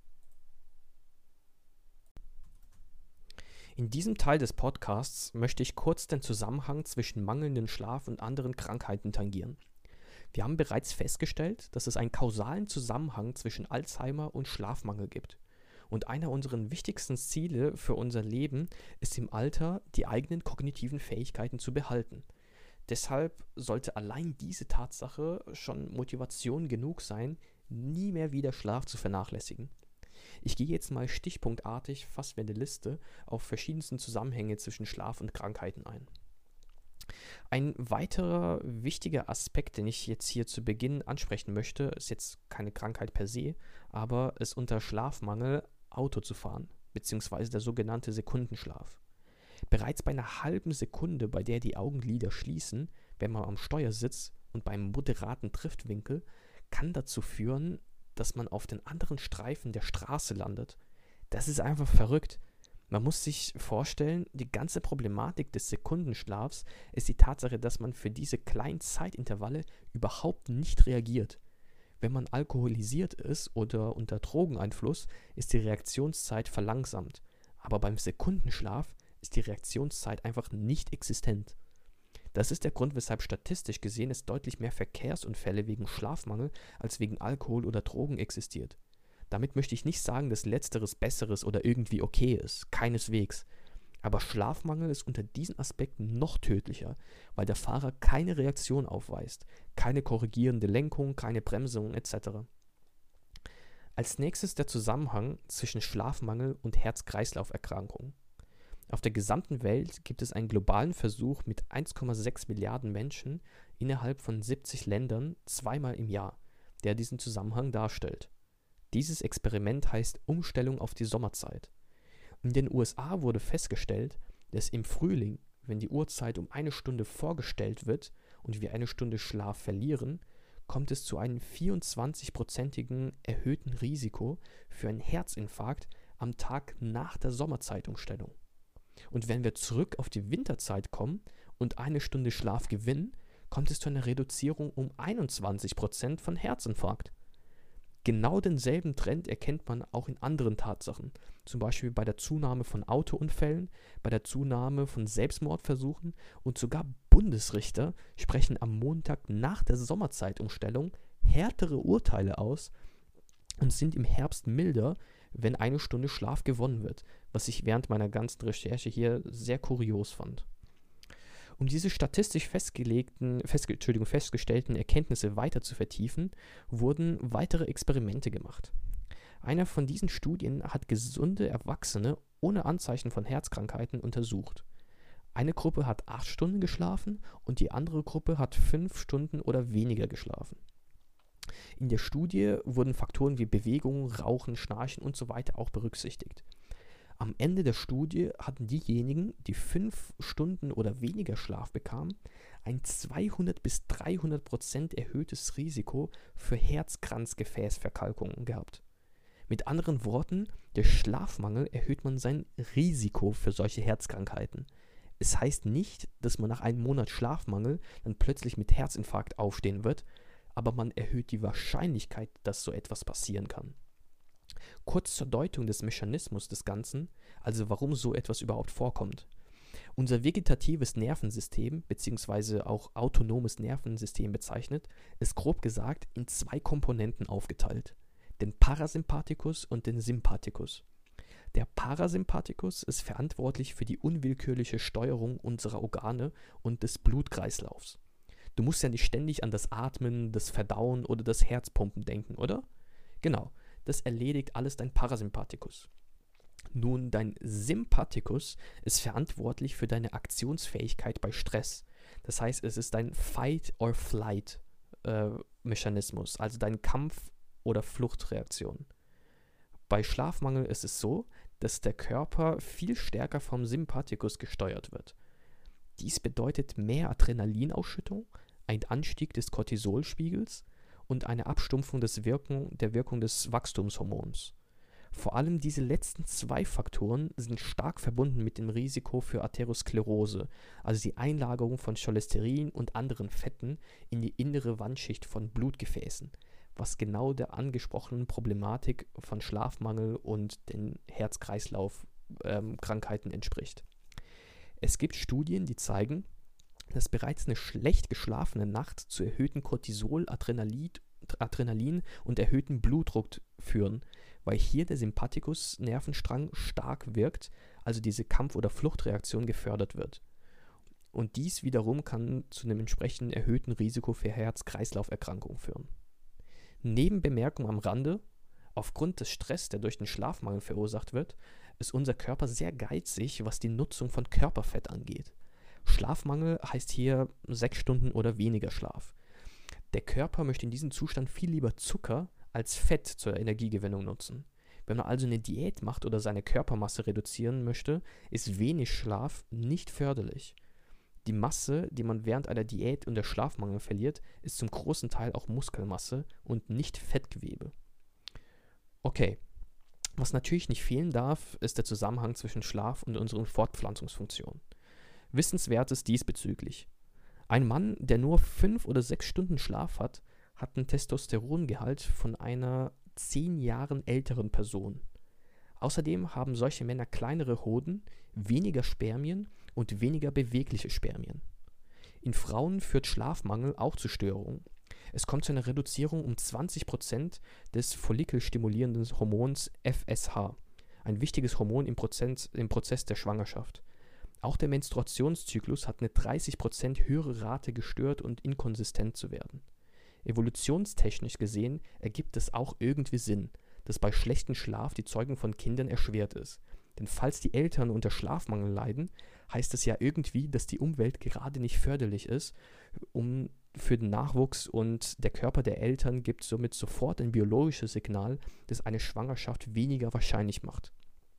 In diesem Teil des Podcasts möchte ich kurz den Zusammenhang zwischen mangelndem Schlaf und anderen Krankheiten tangieren. Wir haben bereits festgestellt, dass es einen kausalen Zusammenhang zwischen Alzheimer und Schlafmangel gibt. Und einer unserer wichtigsten Ziele für unser Leben ist im Alter, die eigenen kognitiven Fähigkeiten zu behalten. Deshalb sollte allein diese Tatsache schon Motivation genug sein, nie mehr wieder Schlaf zu vernachlässigen. Ich gehe jetzt mal stichpunktartig, fast wie eine Liste, auf verschiedensten Zusammenhänge zwischen Schlaf und Krankheiten ein. Ein weiterer wichtiger Aspekt, den ich jetzt hier zu Beginn ansprechen möchte, ist jetzt keine Krankheit per se, aber ist unter Schlafmangel Auto zu fahren, beziehungsweise der sogenannte Sekundenschlaf. Bereits bei einer halben Sekunde, bei der die Augenlider schließen, wenn man am Steuer sitzt und beim moderaten Driftwinkel, kann dazu führen, dass man auf den anderen Streifen der Straße landet. Das ist einfach verrückt. Man muss sich vorstellen, die ganze Problematik des Sekundenschlafs ist die Tatsache, dass man für diese kleinen Zeitintervalle überhaupt nicht reagiert. Wenn man alkoholisiert ist oder unter Drogeneinfluss, ist die Reaktionszeit verlangsamt. Aber beim Sekundenschlaf ist die Reaktionszeit einfach nicht existent. Das ist der Grund, weshalb statistisch gesehen es deutlich mehr Verkehrsunfälle wegen Schlafmangel als wegen Alkohol oder Drogen existiert. Damit möchte ich nicht sagen, dass Letzteres Besseres oder irgendwie okay ist, keineswegs. Aber Schlafmangel ist unter diesen Aspekten noch tödlicher, weil der Fahrer keine Reaktion aufweist, keine korrigierende Lenkung, keine Bremsung etc. Als nächstes der Zusammenhang zwischen Schlafmangel und Herz-Kreislauf-Erkrankungen. Auf der gesamten Welt gibt es einen globalen Versuch mit 1,6 Milliarden Menschen innerhalb von 70 Ländern zweimal im Jahr, der diesen Zusammenhang darstellt. Dieses Experiment heißt Umstellung auf die Sommerzeit. In den USA wurde festgestellt, dass im Frühling, wenn die Uhrzeit um eine Stunde vorgestellt wird und wir eine Stunde Schlaf verlieren, kommt es zu einem 24-prozentigen erhöhten Risiko für einen Herzinfarkt am Tag nach der Sommerzeitumstellung. Und wenn wir zurück auf die Winterzeit kommen und eine Stunde Schlaf gewinnen, kommt es zu einer Reduzierung um 21% von Herzinfarkt. Genau denselben Trend erkennt man auch in anderen Tatsachen, zum Beispiel bei der Zunahme von Autounfällen, bei der Zunahme von Selbstmordversuchen, und sogar Bundesrichter sprechen am Montag nach der Sommerzeitumstellung härtere Urteile aus und sind im Herbst milder, wenn eine Stunde Schlaf gewonnen wird, was ich während meiner ganzen Recherche hier sehr kurios fand. Um diese statistisch festgestellten Erkenntnisse weiter zu vertiefen, wurden weitere Experimente gemacht. Einer von diesen Studien hat gesunde Erwachsene ohne Anzeichen von Herzkrankheiten untersucht. Eine Gruppe hat 8 Stunden geschlafen und die andere Gruppe hat 5 Stunden oder weniger geschlafen. In der Studie wurden Faktoren wie Bewegung, Rauchen, Schnarchen usw. auch berücksichtigt. Am Ende der Studie hatten diejenigen, die 5 Stunden oder weniger Schlaf bekamen, ein 200 bis 300% erhöhtes Risiko für Herzkranzgefäßverkalkungen gehabt. Mit anderen Worten, der Schlafmangel erhöht man sein Risiko für solche Herzkrankheiten. Es heißt nicht, dass man nach einem Monat Schlafmangel dann plötzlich mit Herzinfarkt aufstehen wird, aber man erhöht die Wahrscheinlichkeit, dass so etwas passieren kann. Kurz zur Deutung des Mechanismus des Ganzen, also warum so etwas überhaupt vorkommt. Unser vegetatives Nervensystem, beziehungsweise auch autonomes Nervensystem bezeichnet, ist grob gesagt in 2 Komponenten aufgeteilt, den Parasympathikus und den Sympathikus. Der Parasympathikus ist verantwortlich für die unwillkürliche Steuerung unserer Organe und des Blutkreislaufs. Du musst ja nicht ständig an das Atmen, das Verdauen oder das Herzpumpen denken, oder? Genau. Das erledigt alles dein Parasympathikus. Nun, dein Sympathikus ist verantwortlich für deine Aktionsfähigkeit bei Stress. Das heißt, es ist dein Fight-or-Flight-Mechanismus, also deine Kampf- oder Fluchtreaktion. Bei Schlafmangel ist es so, dass der Körper viel stärker vom Sympathikus gesteuert wird. Dies bedeutet mehr Adrenalinausschüttung, ein Anstieg des Cortisolspiegels und eine Abstumpfung der Wirkung des Wachstumshormons. Vor allem diese letzten 2 Faktoren sind stark verbunden mit dem Risiko für Atherosklerose, also die Einlagerung von Cholesterin und anderen Fetten in die innere Wandschicht von Blutgefäßen, was genau der angesprochenen Problematik von Schlafmangel und den Herz-Kreislauf-Krankheiten entspricht. Es gibt Studien, die zeigen, dass bereits eine schlecht geschlafene Nacht zu erhöhten Cortisol, Adrenalin und erhöhten Blutdruck führen, weil hier der Sympathikus-Nervenstrang stark wirkt, also diese Kampf- oder Fluchtreaktion gefördert wird. Und dies wiederum kann zu einem entsprechenden erhöhten Risiko für Herz-Kreislauf-Erkrankungen führen. Nebenbemerkung am Rande: Aufgrund des Stress, der durch den Schlafmangel verursacht wird, ist unser Körper sehr geizig, was die Nutzung von Körperfett angeht. Schlafmangel heißt hier 6 Stunden oder weniger Schlaf. Der Körper möchte in diesem Zustand viel lieber Zucker als Fett zur Energiegewinnung nutzen. Wenn man also eine Diät macht oder seine Körpermasse reduzieren möchte, ist wenig Schlaf nicht förderlich. Die Masse, die man während einer Diät und der Schlafmangel verliert, ist zum großen Teil auch Muskelmasse und nicht Fettgewebe. Okay, was natürlich nicht fehlen darf, ist der Zusammenhang zwischen Schlaf und unseren Fortpflanzungsfunktionen. Wissenswertes diesbezüglich: Ein Mann, der nur 5 oder 6 Stunden Schlaf hat, hat einen Testosterongehalt von einer 10 Jahren älteren Person. Außerdem haben solche Männer kleinere Hoden, weniger Spermien und weniger bewegliche Spermien. In Frauen führt Schlafmangel auch zu Störungen. Es kommt zu einer Reduzierung um 20% des follikelstimulierenden Hormons FSH, ein wichtiges Hormon im Prozess der Schwangerschaft. Auch der Menstruationszyklus hat eine 30% höhere Rate, gestört und inkonsistent zu werden. Evolutionstechnisch gesehen ergibt es auch irgendwie Sinn, dass bei schlechtem Schlaf die Zeugung von Kindern erschwert ist. Denn falls die Eltern unter Schlafmangel leiden, heißt es ja irgendwie, dass die Umwelt gerade nicht förderlich ist für den Nachwuchs, und der Körper der Eltern gibt somit sofort ein biologisches Signal, das eine Schwangerschaft weniger wahrscheinlich macht.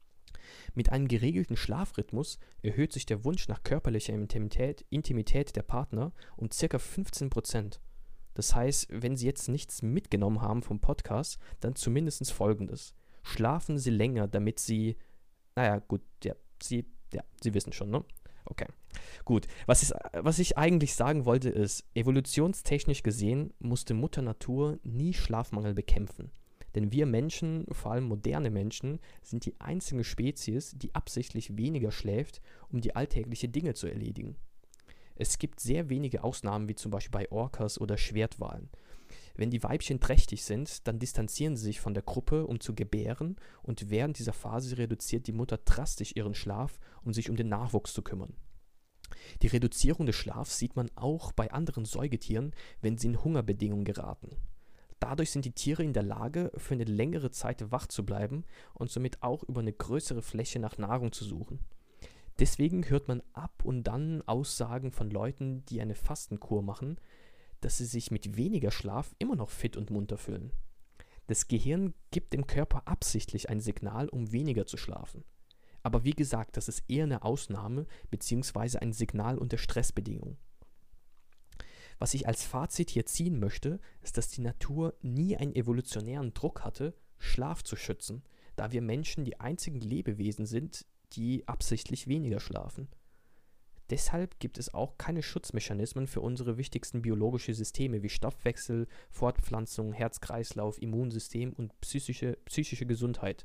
Mit einem geregelten Schlafrhythmus erhöht sich der Wunsch nach körperlicher Intimität der Partner um ca. 15%. Das heißt, wenn Sie jetzt nichts mitgenommen haben vom Podcast, dann zumindest Folgendes: Schlafen Sie länger, damit Sie Ja, Sie wissen schon, ne? Okay, gut. Was ich eigentlich sagen wollte ist, evolutionstechnisch gesehen musste Mutter Natur nie Schlafmangel bekämpfen. Denn wir Menschen, vor allem moderne Menschen, sind die einzige Spezies, die absichtlich weniger schläft, um die alltägliche Dinge zu erledigen. Es gibt sehr wenige Ausnahmen, wie zum Beispiel bei Orcas oder Schwertwalen. Wenn die Weibchen trächtig sind, dann distanzieren sie sich von der Gruppe, um zu gebären, und während dieser Phase reduziert die Mutter drastisch ihren Schlaf, um sich um den Nachwuchs zu kümmern. Die Reduzierung des Schlafs sieht man auch bei anderen Säugetieren, wenn sie in Hungerbedingungen geraten. Dadurch sind die Tiere in der Lage, für eine längere Zeit wach zu bleiben und somit auch über eine größere Fläche nach Nahrung zu suchen. Deswegen hört man ab und dann Aussagen von Leuten, die eine Fastenkur machen, dass sie sich mit weniger Schlaf immer noch fit und munter fühlen. Das Gehirn gibt dem Körper absichtlich ein Signal, um weniger zu schlafen. Aber wie gesagt, das ist eher eine Ausnahme bzw. ein Signal unter Stressbedingungen. Was ich als Fazit hier ziehen möchte, ist, dass die Natur nie einen evolutionären Druck hatte, Schlaf zu schützen, da wir Menschen die einzigen Lebewesen sind, die absichtlich weniger schlafen. Deshalb gibt es auch keine Schutzmechanismen für unsere wichtigsten biologischen Systeme wie Stoffwechsel, Fortpflanzung, Herz-Kreislauf, Immunsystem und psychische Gesundheit,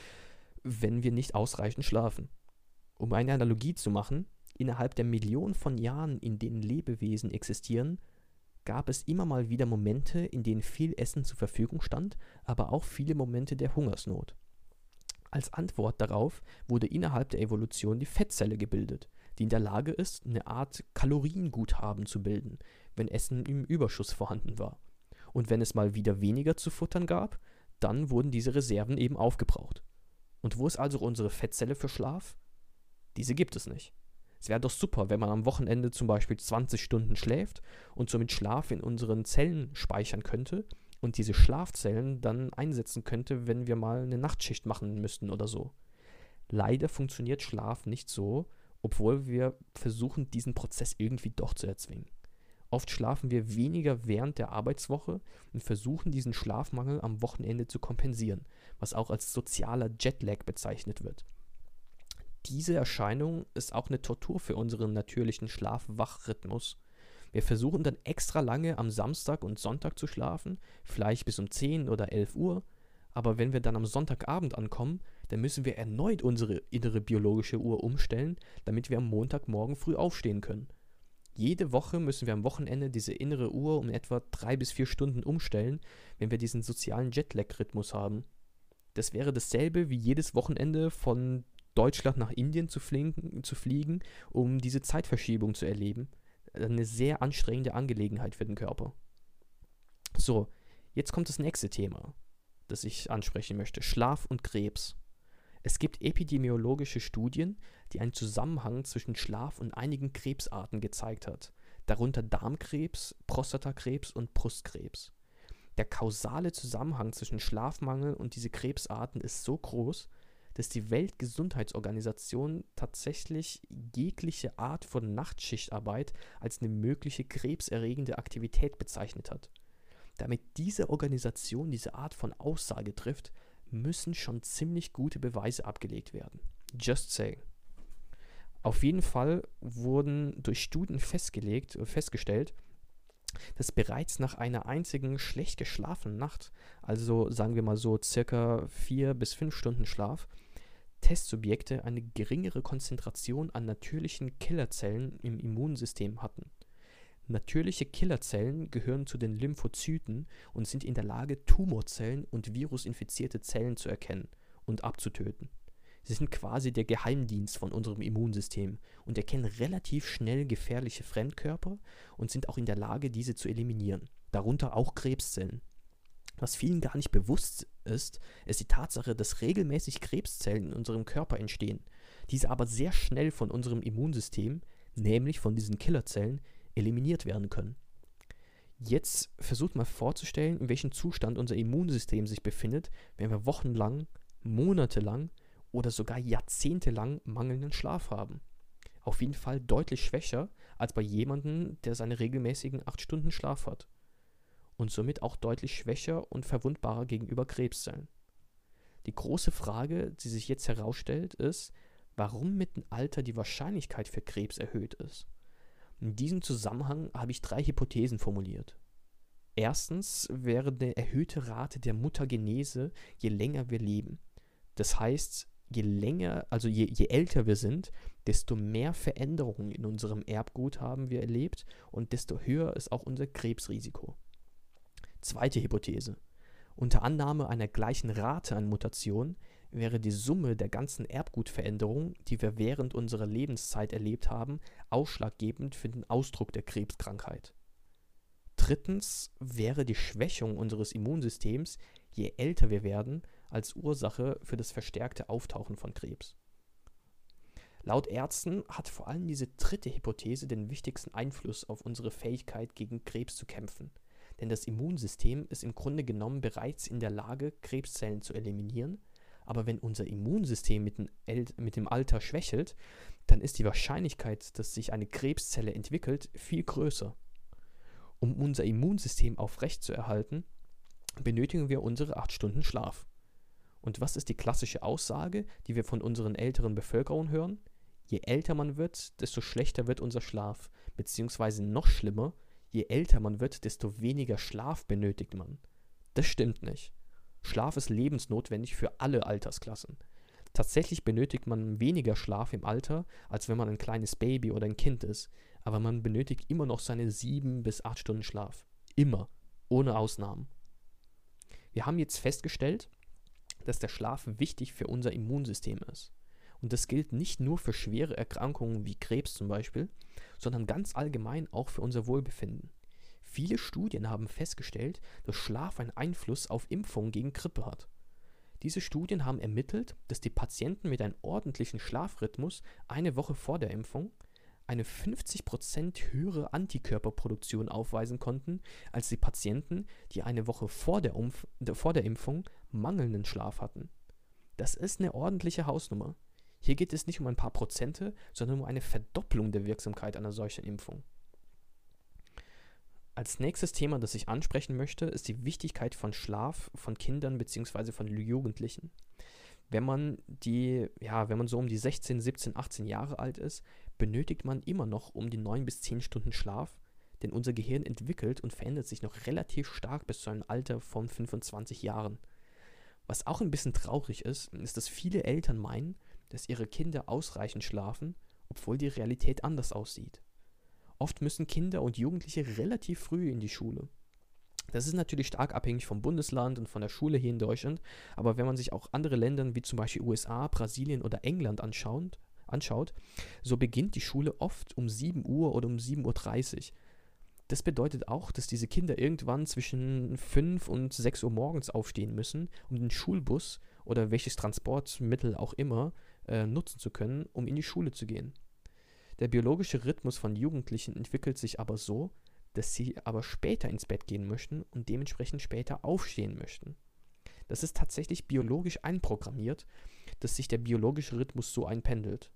wenn wir nicht ausreichend schlafen. Um eine Analogie zu machen, innerhalb der Millionen von Jahren, in denen Lebewesen existieren, gab es immer mal wieder Momente, in denen viel Essen zur Verfügung stand, aber auch viele Momente der Hungersnot. Als Antwort darauf wurde innerhalb der Evolution die Fettzelle gebildet, die in der Lage ist, eine Art Kalorienguthaben zu bilden, wenn Essen im Überschuss vorhanden war. Und wenn es mal wieder weniger zu futtern gab, dann wurden diese Reserven eben aufgebraucht. Und wo ist also unsere Fettzelle für Schlaf? Diese gibt es nicht. Es wäre doch super, wenn man am Wochenende zum Beispiel 20 Stunden schläft und somit Schlaf in unseren Zellen speichern könnte und diese Schlafzellen dann einsetzen könnte, wenn wir mal eine Nachtschicht machen müssten oder so. Leider funktioniert Schlaf nicht so, obwohl wir versuchen, diesen Prozess irgendwie doch zu erzwingen. Oft schlafen wir weniger während der Arbeitswoche und versuchen, diesen Schlafmangel am Wochenende zu kompensieren, was auch als sozialer Jetlag bezeichnet wird. Diese Erscheinung ist auch eine Tortur für unseren natürlichen Schlaf-Wach-Rhythmus. Wir versuchen dann extra lange am Samstag und Sonntag zu schlafen, vielleicht bis um 10 oder 11 Uhr, aber wenn wir dann am Sonntagabend ankommen, dann müssen wir erneut unsere innere biologische Uhr umstellen, damit wir am Montagmorgen früh aufstehen können. Jede Woche müssen wir am Wochenende diese innere Uhr um etwa 3 bis 4 Stunden umstellen, wenn wir diesen sozialen Jetlag-Rhythmus haben. Das wäre dasselbe wie jedes Wochenende von Deutschland nach Indien zu fliegen, um diese Zeitverschiebung zu erleben. Eine sehr anstrengende Angelegenheit für den Körper. So, jetzt kommt das nächste Thema, das ich ansprechen möchte. Schlaf und Krebs. Es gibt epidemiologische Studien, die einen Zusammenhang zwischen Schlaf und einigen Krebsarten gezeigt hat, darunter Darmkrebs, Prostatakrebs und Brustkrebs. Der kausale Zusammenhang zwischen Schlafmangel und diese Krebsarten ist so groß, dass die Weltgesundheitsorganisation tatsächlich jegliche Art von Nachtschichtarbeit als eine mögliche krebserregende Aktivität bezeichnet hat. Damit diese Organisation diese Art von Aussage trifft, müssen schon ziemlich gute Beweise abgelegt werden. Just saying. Auf jeden Fall wurden durch Studien festgestellt, dass bereits nach einer einzigen schlecht geschlafenen Nacht, also sagen wir mal so circa 4 bis 5 Stunden Schlaf, Testsubjekte eine geringere Konzentration an natürlichen Killerzellen im Immunsystem hatten. Natürliche Killerzellen gehören zu den Lymphozyten und sind in der Lage, Tumorzellen und virusinfizierte Zellen zu erkennen und abzutöten. Sie sind quasi der Geheimdienst von unserem Immunsystem und erkennen relativ schnell gefährliche Fremdkörper und sind auch in der Lage, diese zu eliminieren, darunter auch Krebszellen. Was vielen gar nicht bewusst ist, ist die Tatsache, dass regelmäßig Krebszellen in unserem Körper entstehen, diese aber sehr schnell von unserem Immunsystem, nämlich von diesen Killerzellen, eliminiert werden können. Jetzt versucht mal vorzustellen, in welchem Zustand unser Immunsystem sich befindet, wenn wir wochenlang, monatelang oder sogar jahrzehntelang mangelnden Schlaf haben. Auf jeden Fall deutlich schwächer als bei jemandem, der seine regelmäßigen 8 Stunden Schlaf hat. Und somit auch deutlich schwächer und verwundbarer gegenüber Krebszellen. Die große Frage, die sich jetzt herausstellt, ist, warum mit dem Alter die Wahrscheinlichkeit für Krebs erhöht ist. In diesem Zusammenhang habe ich 3 Hypothesen formuliert. Erstens wäre eine erhöhte Rate der Mutagenese, je länger wir leben. Das heißt, je älter wir sind, desto mehr Veränderungen in unserem Erbgut haben wir erlebt und desto höher ist auch unser Krebsrisiko. Zweite Hypothese. Unter Annahme einer gleichen Rate an Mutationen wäre die Summe der ganzen Erbgutveränderungen, die wir während unserer Lebenszeit erlebt haben, ausschlaggebend für den Ausdruck der Krebskrankheit. Drittens wäre die Schwächung unseres Immunsystems, je älter wir werden, als Ursache für das verstärkte Auftauchen von Krebs. Laut Ärzten hat vor allem diese dritte Hypothese den wichtigsten Einfluss auf unsere Fähigkeit, gegen Krebs zu kämpfen. Denn das Immunsystem ist im Grunde genommen bereits in der Lage, Krebszellen zu eliminieren, aber wenn unser Immunsystem mit dem Alter schwächelt, dann ist die Wahrscheinlichkeit, dass sich eine Krebszelle entwickelt, viel größer. Um unser Immunsystem aufrechtzuerhalten, benötigen wir unsere 8 Stunden Schlaf. Und was ist die klassische Aussage, die wir von unseren älteren Bevölkerung hören? Je älter man wird, desto schlechter wird unser Schlaf, beziehungsweise noch schlimmer, je älter man wird, desto weniger Schlaf benötigt man. Das stimmt nicht. Schlaf ist lebensnotwendig für alle Altersklassen. Tatsächlich benötigt man weniger Schlaf im Alter, als wenn man ein kleines Baby oder ein Kind ist, aber man benötigt immer noch seine 7 bis 8 Stunden Schlaf. Immer. Ohne Ausnahmen. Wir haben jetzt festgestellt, dass der Schlaf wichtig für unser Immunsystem ist. Und das gilt nicht nur für schwere Erkrankungen wie Krebs zum Beispiel, sondern ganz allgemein auch für unser Wohlbefinden. Viele Studien haben festgestellt, dass Schlaf einen Einfluss auf Impfungen gegen Grippe hat. Diese Studien haben ermittelt, dass die Patienten mit einem ordentlichen Schlafrhythmus eine Woche vor der Impfung eine 50% höhere Antikörperproduktion aufweisen konnten, als die Patienten, die eine Woche vor der Impfung mangelnden Schlaf hatten. Das ist eine ordentliche Hausnummer. Hier geht es nicht um ein paar Prozente, sondern um eine Verdopplung der Wirksamkeit einer solchen Impfung. Als nächstes Thema, das ich ansprechen möchte, ist die Wichtigkeit von Schlaf von Kindern bzw. von Jugendlichen. Wenn man so um die 16, 17, 18 Jahre alt ist, benötigt man immer noch um die 9 bis 10 Stunden Schlaf, denn unser Gehirn entwickelt und verändert sich noch relativ stark bis zu einem Alter von 25 Jahren. Was auch ein bisschen traurig ist, dass viele Eltern meinen, dass ihre Kinder ausreichend schlafen, obwohl die Realität anders aussieht. Oft müssen Kinder und Jugendliche relativ früh in die Schule. Das ist natürlich stark abhängig vom Bundesland und von der Schule hier in Deutschland, aber wenn man sich auch andere Länder wie zum Beispiel USA, Brasilien oder England anschaut, so beginnt die Schule oft um 7 Uhr oder um 7:30 Uhr. Das bedeutet auch, dass diese Kinder irgendwann zwischen 5 und 6 Uhr morgens aufstehen müssen, um den Schulbus oder welches Transportmittel auch immer nutzen zu können, um in die Schule zu gehen. Der biologische Rhythmus von Jugendlichen entwickelt sich aber so, dass sie aber später ins Bett gehen möchten und dementsprechend später aufstehen möchten. Das ist tatsächlich biologisch einprogrammiert, dass sich der biologische Rhythmus so einpendelt.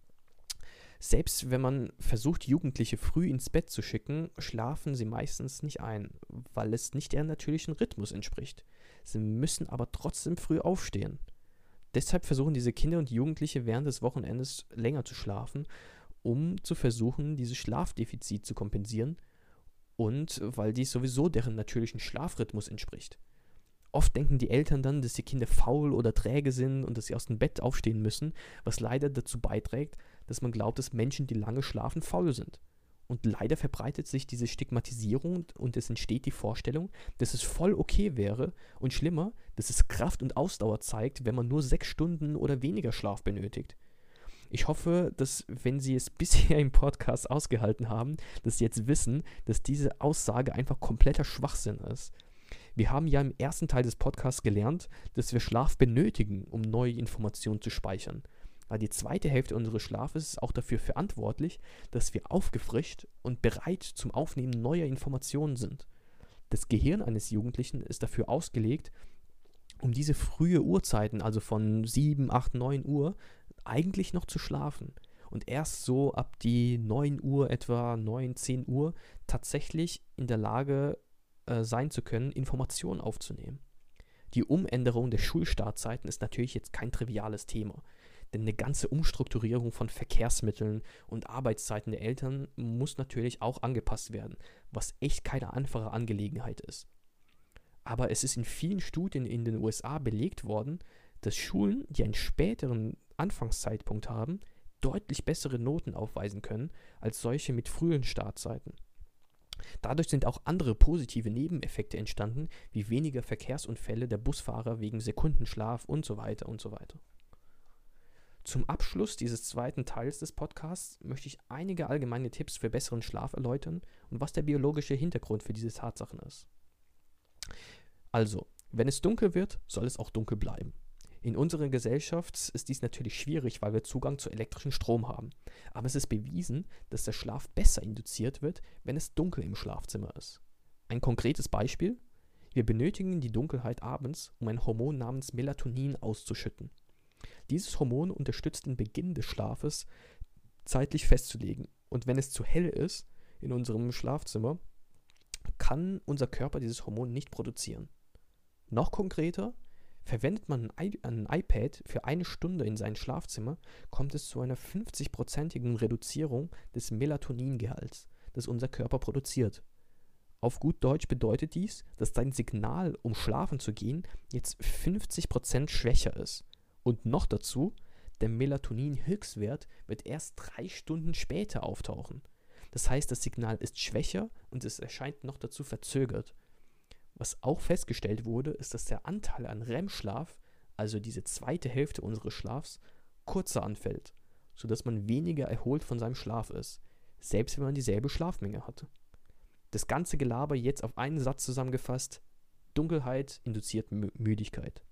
Selbst wenn man versucht, Jugendliche früh ins Bett zu schicken, schlafen sie meistens nicht ein, weil es nicht ihrem natürlichen Rhythmus entspricht. Sie müssen aber trotzdem früh aufstehen. Deshalb versuchen diese Kinder und Jugendliche während des Wochenendes länger zu schlafen, um zu versuchen, dieses Schlafdefizit zu kompensieren und weil dies sowieso deren natürlichen Schlafrhythmus entspricht. Oft denken die Eltern dann, dass die Kinder faul oder träge sind und dass sie aus dem Bett aufstehen müssen, was leider dazu beiträgt, dass man glaubt, dass Menschen, die lange schlafen, faul sind. Und leider verbreitet sich diese Stigmatisierung und es entsteht die Vorstellung, dass es voll okay wäre und schlimmer, dass es Kraft und Ausdauer zeigt, wenn man nur 6 Stunden oder weniger Schlaf benötigt. Ich hoffe, dass, wenn Sie es bisher im Podcast ausgehalten haben, dass Sie jetzt wissen, dass diese Aussage einfach kompletter Schwachsinn ist. Wir haben ja im ersten Teil des Podcasts gelernt, dass wir Schlaf benötigen, um neue Informationen zu speichern. Weil die zweite Hälfte unseres Schlafes ist auch dafür verantwortlich, dass wir aufgefrischt und bereit zum Aufnehmen neuer Informationen sind. Das Gehirn eines Jugendlichen ist dafür ausgelegt, um diese frühe Uhrzeiten, also von 7, 8, 9 Uhr, eigentlich noch zu schlafen und erst so ab die 9 Uhr, etwa 9, 10 Uhr, tatsächlich in der Lage sein zu können, Informationen aufzunehmen. Die Umänderung der Schulstartzeiten ist natürlich jetzt kein triviales Thema. Denn eine ganze Umstrukturierung von Verkehrsmitteln und Arbeitszeiten der Eltern muss natürlich auch angepasst werden, was echt keine einfache Angelegenheit ist. Aber es ist in vielen Studien in den USA belegt worden, dass Schulen, die einen späteren Anfangszeitpunkt haben, deutlich bessere Noten aufweisen können als solche mit frühen Startzeiten. Dadurch sind auch andere positive Nebeneffekte entstanden, wie weniger Verkehrsunfälle der Busfahrer wegen Sekundenschlaf und so weiter und so weiter. Zum Abschluss dieses zweiten Teils des Podcasts möchte ich einige allgemeine Tipps für besseren Schlaf erläutern und was der biologische Hintergrund für diese Tatsachen ist. Also, wenn es dunkel wird, soll es auch dunkel bleiben. In unserer Gesellschaft ist dies natürlich schwierig, weil wir Zugang zu elektrischem Strom haben. Aber es ist bewiesen, dass der Schlaf besser induziert wird, wenn es dunkel im Schlafzimmer ist. Ein konkretes Beispiel: Wir benötigen die Dunkelheit abends, um ein Hormon namens Melatonin auszuschütten. Dieses Hormon unterstützt den Beginn des Schlafes zeitlich festzulegen. Und wenn es zu hell ist in unserem Schlafzimmer, kann unser Körper dieses Hormon nicht produzieren. Noch konkreter: Verwendet man ein iPad für 1 Stunde in sein Schlafzimmer, kommt es zu einer 50-prozentigen Reduzierung des Melatoningehalts, das unser Körper produziert. Auf gut Deutsch bedeutet dies, dass dein Signal, um schlafen zu gehen, jetzt 50% schwächer ist. Und noch dazu, der Melatonin-Höchstwert wird erst 3 Stunden später auftauchen. Das heißt, das Signal ist schwächer und es erscheint noch dazu verzögert. Was auch festgestellt wurde, ist, dass der Anteil an REM-Schlaf, also diese zweite Hälfte unseres Schlafs, kürzer anfällt, sodass man weniger erholt von seinem Schlaf ist, selbst wenn man dieselbe Schlafmenge hatte. Das ganze Gelaber jetzt auf einen Satz zusammengefasst: Dunkelheit induziert Müdigkeit.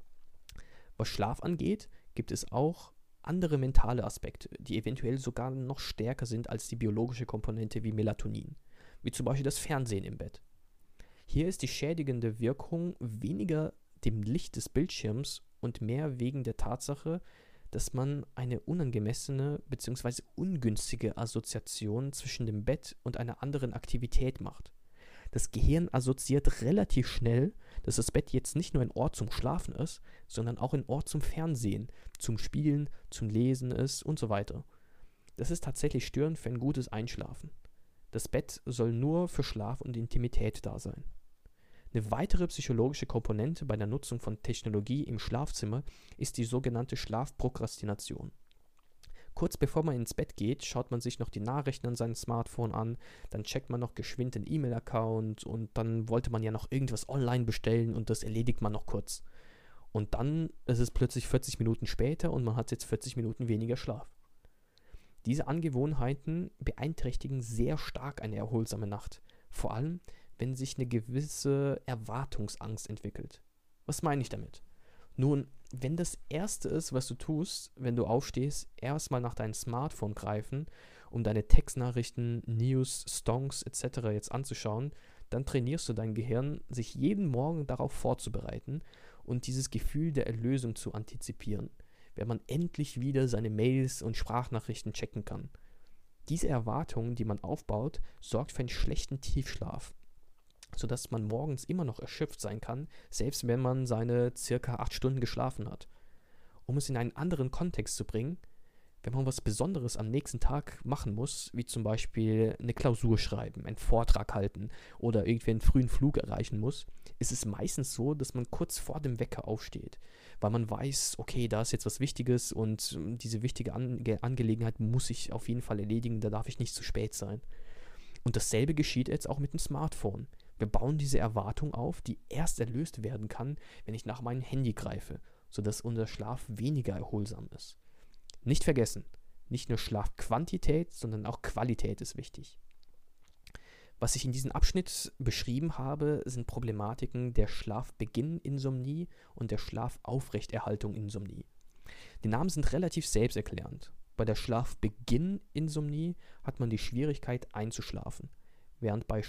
Was Schlaf angeht, gibt es auch andere mentale Aspekte, die eventuell sogar noch stärker sind als die biologische Komponente wie Melatonin, wie zum Beispiel das Fernsehen im Bett. Hier ist die schädigende Wirkung weniger dem Licht des Bildschirms und mehr wegen der Tatsache, dass man eine unangemessene bzw. ungünstige Assoziation zwischen dem Bett und einer anderen Aktivität macht. Das Gehirn assoziiert relativ schnell, dass das Bett jetzt nicht nur ein Ort zum Schlafen ist, sondern auch ein Ort zum Fernsehen, zum Spielen, zum Lesen ist und so weiter. Das ist tatsächlich störend für ein gutes Einschlafen. Das Bett soll nur für Schlaf und Intimität da sein. Eine weitere psychologische Komponente bei der Nutzung von Technologie im Schlafzimmer ist die sogenannte Schlafprokrastination. Kurz bevor man ins Bett geht, schaut man sich noch die Nachrichten an seinem Smartphone an, dann checkt man noch geschwind den E-Mail-Account und dann wollte man ja noch irgendwas online bestellen und das erledigt man noch kurz. Und dann ist es plötzlich 40 Minuten später und man hat jetzt 40 Minuten weniger Schlaf. Diese Angewohnheiten beeinträchtigen sehr stark eine erholsame Nacht, vor allem wenn sich eine gewisse Erwartungsangst entwickelt. Was meine ich damit? Nun, wenn das Erste ist, was du tust, wenn du aufstehst, erstmal nach deinem Smartphone greifen, um deine Textnachrichten, News, Songs etc. jetzt anzuschauen, dann trainierst du dein Gehirn, sich jeden Morgen darauf vorzubereiten und dieses Gefühl der Erlösung zu antizipieren, wenn man endlich wieder seine Mails und Sprachnachrichten checken kann. Diese Erwartung, die man aufbaut, sorgt für einen schlechten Tiefschlaf, sodass man morgens immer noch erschöpft sein kann, selbst wenn man seine circa 8 Stunden geschlafen hat. Um es in einen anderen Kontext zu bringen: Wenn man was Besonderes am nächsten Tag machen muss, wie zum Beispiel eine Klausur schreiben, einen Vortrag halten oder irgendwie einen frühen Flug erreichen muss, ist es meistens so, dass man kurz vor dem Wecker aufsteht, weil man weiß, okay, da ist jetzt was Wichtiges und diese wichtige Angelegenheit muss ich auf jeden Fall erledigen, da darf ich nicht zu spät sein. Und dasselbe geschieht jetzt auch mit dem Smartphone. Wir bauen diese Erwartung auf, die erst erlöst werden kann, wenn ich nach meinem Handy greife, sodass unser Schlaf weniger erholsam ist. Nicht vergessen, nicht nur Schlafquantität, sondern auch Qualität ist wichtig. Was ich in diesem Abschnitt beschrieben habe, sind Problematiken der Schlafbeginn-Insomnie und der Schlafaufrechterhaltung-Insomnie. Die Namen sind relativ selbsterklärend. Bei der Schlafbeginn-Insomnie hat man die Schwierigkeit einzuschlafen, während bei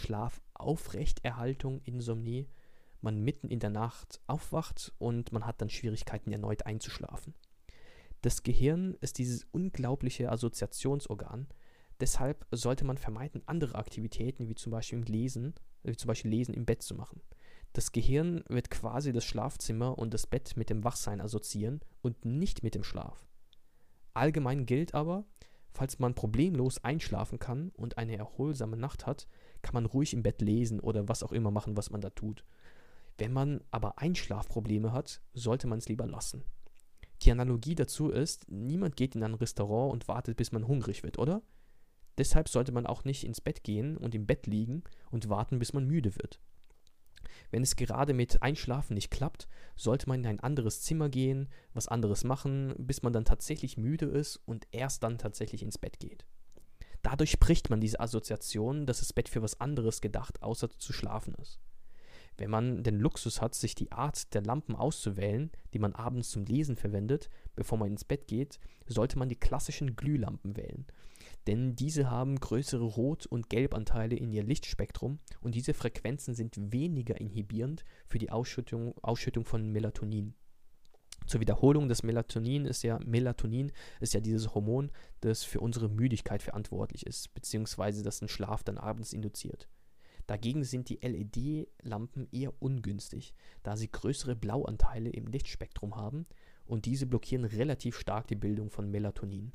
Schlafaufrechterhaltung-Insomnie man mitten in der Nacht aufwacht und man hat dann Schwierigkeiten, erneut einzuschlafen. Das Gehirn ist dieses unglaubliche Assoziationsorgan, deshalb sollte man vermeiden, andere Aktivitäten wie zum Beispiel Lesen im Bett zu machen. Das Gehirn wird quasi das Schlafzimmer und das Bett mit dem Wachsein assoziieren und nicht mit dem Schlaf. Allgemein gilt aber, falls man problemlos einschlafen kann und eine erholsame Nacht hat, kann man ruhig im Bett lesen oder was auch immer machen, was man da tut. Wenn man aber Einschlafprobleme hat, sollte man es lieber lassen. Die Analogie dazu ist, niemand geht in ein Restaurant und wartet, bis man hungrig wird, oder? Deshalb sollte man auch nicht ins Bett gehen und im Bett liegen und warten, bis man müde wird. Wenn es gerade mit Einschlafen nicht klappt, sollte man in ein anderes Zimmer gehen, was anderes machen, bis man dann tatsächlich müde ist und erst dann tatsächlich ins Bett geht. Dadurch bricht man diese Assoziation, dass das Bett für was anderes gedacht, außer zu schlafen ist. Wenn man den Luxus hat, sich die Art der Lampen auszuwählen, die man abends zum Lesen verwendet, bevor man ins Bett geht, sollte man die klassischen Glühlampen wählen. Denn diese haben größere Rot- und Gelbanteile in ihr Lichtspektrum und diese Frequenzen sind weniger inhibierend für die Ausschüttung von Melatonin. Zur Wiederholung, Melatonin ist ja dieses Hormon, das für unsere Müdigkeit verantwortlich ist, beziehungsweise das den Schlaf dann abends induziert. Dagegen sind die LED-Lampen eher ungünstig, da sie größere Blauanteile im Lichtspektrum haben und diese blockieren relativ stark die Bildung von Melatonin.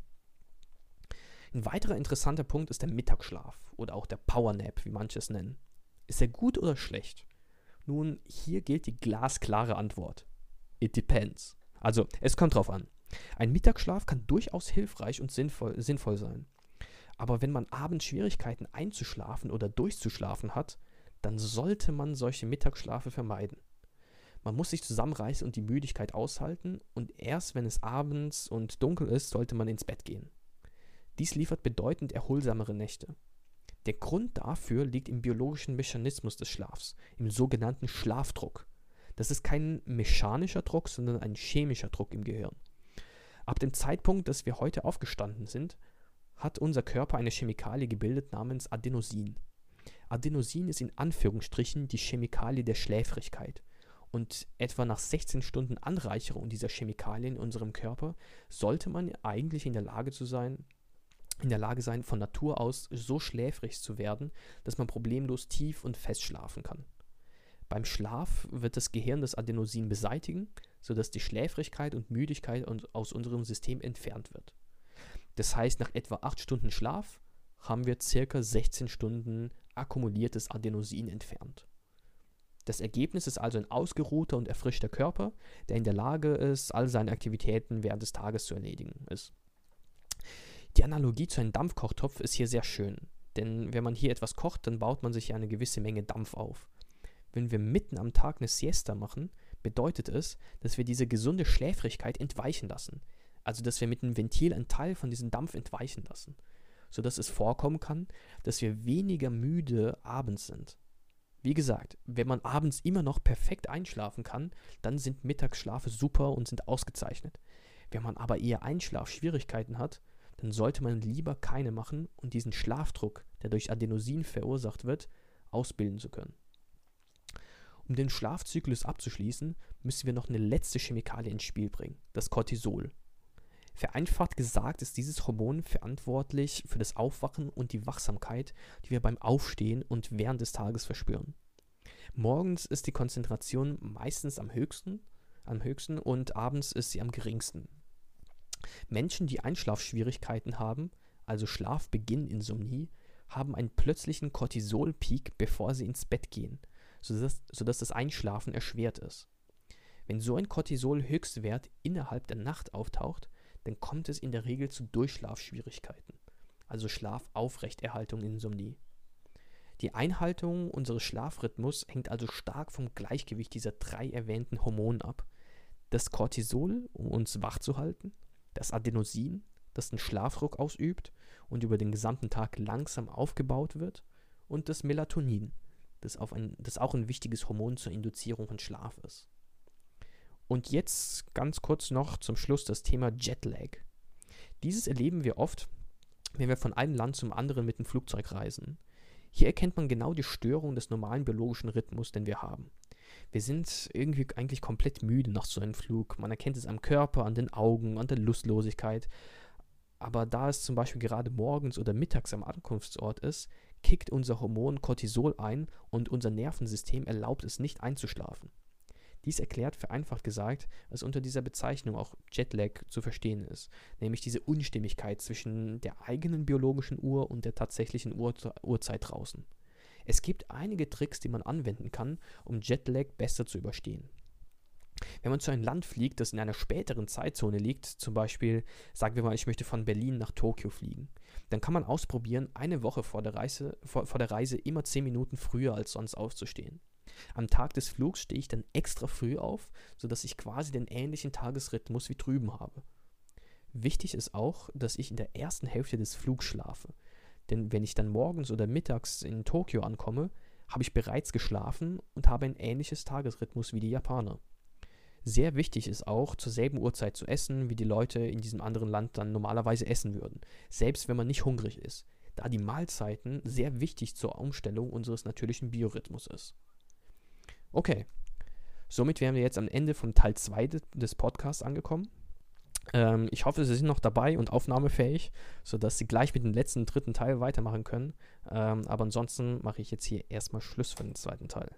Ein weiterer interessanter Punkt ist der Mittagsschlaf oder auch der Powernap, wie manche es nennen. Ist er gut oder schlecht? Nun, hier gilt die glasklare Antwort. It depends. Also, es kommt drauf an. Ein Mittagsschlaf kann durchaus hilfreich und sinnvoll sein. Aber wenn man abends Schwierigkeiten einzuschlafen oder durchzuschlafen hat, dann sollte man solche Mittagsschlafe vermeiden. Man muss sich zusammenreißen und die Müdigkeit aushalten und erst wenn es abends und dunkel ist, sollte man ins Bett gehen. Dies liefert bedeutend erholsamere Nächte. Der Grund dafür liegt im biologischen Mechanismus des Schlafs, im sogenannten Schlafdruck. Das ist kein mechanischer Druck, sondern ein chemischer Druck im Gehirn. Ab dem Zeitpunkt, dass wir heute aufgestanden sind, hat unser Körper eine Chemikalie gebildet namens Adenosin. Adenosin ist in Anführungsstrichen die Chemikalie der Schläfrigkeit. Und etwa nach 16 Stunden Anreicherung dieser Chemikalien in unserem Körper sollte man eigentlich in der Lage sein, von Natur aus so schläfrig zu werden, dass man problemlos tief und fest schlafen kann. Beim Schlaf wird das Gehirn das Adenosin beseitigen, sodass die Schläfrigkeit und Müdigkeit aus unserem System entfernt wird. Das heißt, nach etwa 8 Stunden Schlaf haben wir ca. 16 Stunden akkumuliertes Adenosin entfernt. Das Ergebnis ist also ein ausgeruhter und erfrischter Körper, der in der Lage ist, all seine Aktivitäten während des Tages zu erledigen ist. Die Analogie zu einem Dampfkochtopf ist hier sehr schön, denn wenn man hier etwas kocht, dann baut man sich ja eine gewisse Menge Dampf auf. Wenn wir mitten am Tag eine Siesta machen, bedeutet es, dass wir diese gesunde Schläfrigkeit entweichen lassen. Also, dass wir mit dem Ventil einen Teil von diesem Dampf entweichen lassen, sodass es vorkommen kann, dass wir weniger müde abends sind. Wie gesagt, wenn man abends immer noch perfekt einschlafen kann, dann sind Mittagsschlafe super und sind ausgezeichnet. Wenn man aber eher Einschlafschwierigkeiten hat, dann sollte man lieber keine machen und diesen Schlafdruck, der durch Adenosin verursacht wird, ausbilden zu können. Um den Schlafzyklus abzuschließen, müssen wir noch eine letzte Chemikalie ins Spiel bringen, das Cortisol. Vereinfacht gesagt ist dieses Hormon verantwortlich für das Aufwachen und die Wachsamkeit, die wir beim Aufstehen und während des Tages verspüren. Morgens ist die Konzentration meistens am höchsten und abends ist sie am geringsten. Menschen, die Einschlafschwierigkeiten haben, also Schlafbeginn-Insomnie, haben einen plötzlichen Cortisol-Peak, bevor sie ins Bett gehen, sodass das Einschlafen erschwert ist. Wenn so ein Cortisol-Höchstwert innerhalb der Nacht auftaucht, dann kommt es in der Regel zu Durchschlafschwierigkeiten, also Schlafaufrechterhaltung Insomnie. Die Einhaltung unseres Schlafrhythmus hängt also stark vom Gleichgewicht dieser 3 erwähnten Hormone ab. Das Cortisol, um uns wach zu halten, das Adenosin, das den Schlafdruck ausübt und über den gesamten Tag langsam aufgebaut wird, und das Melatonin, das auch ein wichtiges Hormon zur Induzierung von Schlaf ist. Und jetzt ganz kurz noch zum Schluss das Thema Jetlag. Dieses erleben wir oft, wenn wir von einem Land zum anderen mit dem Flugzeug reisen. Hier erkennt man genau die Störung des normalen biologischen Rhythmus, den wir haben. Wir sind irgendwie eigentlich komplett müde nach so einem Flug. Man erkennt es am Körper, an den Augen, an der Lustlosigkeit. Aber da es zum Beispiel gerade morgens oder mittags am Ankunftsort ist, kickt unser Hormon Cortisol ein und unser Nervensystem erlaubt es nicht einzuschlafen. Dies erklärt vereinfacht gesagt, was unter dieser Bezeichnung auch Jetlag zu verstehen ist, nämlich diese Unstimmigkeit zwischen der eigenen biologischen Uhr und der tatsächlichen Uhrzeit draußen. Es gibt einige Tricks, die man anwenden kann, um Jetlag besser zu überstehen. Wenn man zu einem Land fliegt, das in einer späteren Zeitzone liegt, zum Beispiel, sagen wir mal, ich möchte von Berlin nach Tokio fliegen, dann kann man ausprobieren, eine Woche vor der Reise immer 10 Minuten früher als sonst aufzustehen. Am Tag des Flugs stehe ich dann extra früh auf, sodass ich quasi den ähnlichen Tagesrhythmus wie drüben habe. Wichtig ist auch, dass ich in der ersten Hälfte des Flugs schlafe. Denn wenn ich dann morgens oder mittags in Tokio ankomme, habe ich bereits geschlafen und habe ein ähnliches Tagesrhythmus wie die Japaner. Sehr wichtig ist auch, zur selben Uhrzeit zu essen, wie die Leute in diesem anderen Land dann normalerweise essen würden, selbst wenn man nicht hungrig ist, da die Mahlzeiten sehr wichtig zur Umstellung unseres natürlichen Biorhythmus ist. Okay, somit wären wir jetzt am Ende von Teil 2 des Podcasts angekommen. Ich hoffe, Sie sind noch dabei und aufnahmefähig, sodass Sie gleich mit dem letzten, dritten Teil weitermachen können. Aber ansonsten mache ich jetzt hier erstmal Schluss für den zweiten Teil.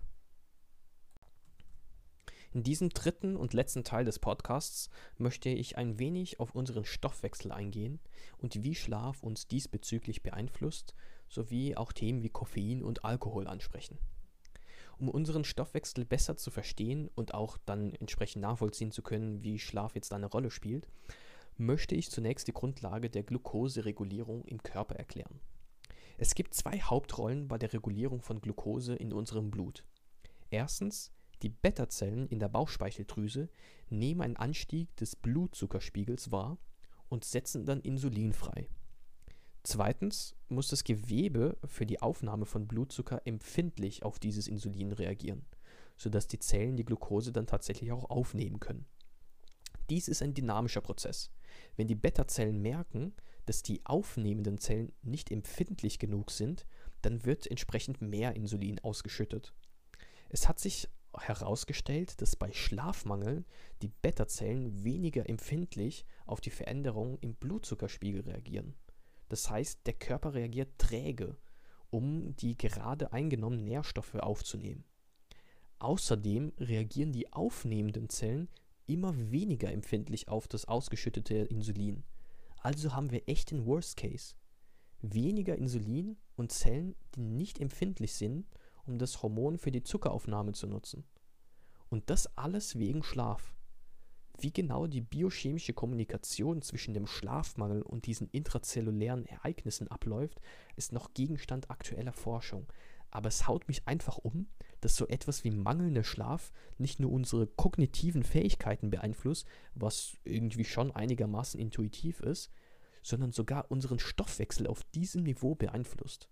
In diesem dritten und letzten Teil des Podcasts möchte ich ein wenig auf unseren Stoffwechsel eingehen und wie Schlaf uns diesbezüglich beeinflusst, sowie auch Themen wie Koffein und Alkohol ansprechen. Um unseren Stoffwechsel besser zu verstehen und auch dann entsprechend nachvollziehen zu können, wie Schlaf jetzt eine Rolle spielt, möchte ich zunächst die Grundlage der Glukoseregulierung im Körper erklären. Es gibt 2 Hauptrollen bei der Regulierung von Glucose in unserem Blut. Erstens, die Beta-Zellen in der Bauchspeicheldrüse nehmen einen Anstieg des Blutzuckerspiegels wahr und setzen dann Insulin frei. Zweitens muss das Gewebe für die Aufnahme von Blutzucker empfindlich auf dieses Insulin reagieren, sodass die Zellen die Glucose dann tatsächlich auch aufnehmen können. Dies ist ein dynamischer Prozess. Wenn die Beta-Zellen merken, dass die aufnehmenden Zellen nicht empfindlich genug sind, dann wird entsprechend mehr Insulin ausgeschüttet. Es hat sich herausgestellt, dass bei Schlafmangel die Beta-Zellen weniger empfindlich auf die Veränderungen im Blutzuckerspiegel reagieren. Das heißt, der Körper reagiert träge, um die gerade eingenommenen Nährstoffe aufzunehmen. Außerdem reagieren die aufnehmenden Zellen immer weniger empfindlich auf das ausgeschüttete Insulin. Also haben wir echt den Worst Case. Weniger Insulin und Zellen, die nicht empfindlich sind, um das Hormon für die Zuckeraufnahme zu nutzen. Und das alles wegen Schlaf. Wie genau die biochemische Kommunikation zwischen dem Schlafmangel und diesen intrazellulären Ereignissen abläuft, ist noch Gegenstand aktueller Forschung. Aber es haut mich einfach um, dass so etwas wie mangelnder Schlaf nicht nur unsere kognitiven Fähigkeiten beeinflusst, was irgendwie schon einigermaßen intuitiv ist, sondern sogar unseren Stoffwechsel auf diesem Niveau beeinflusst.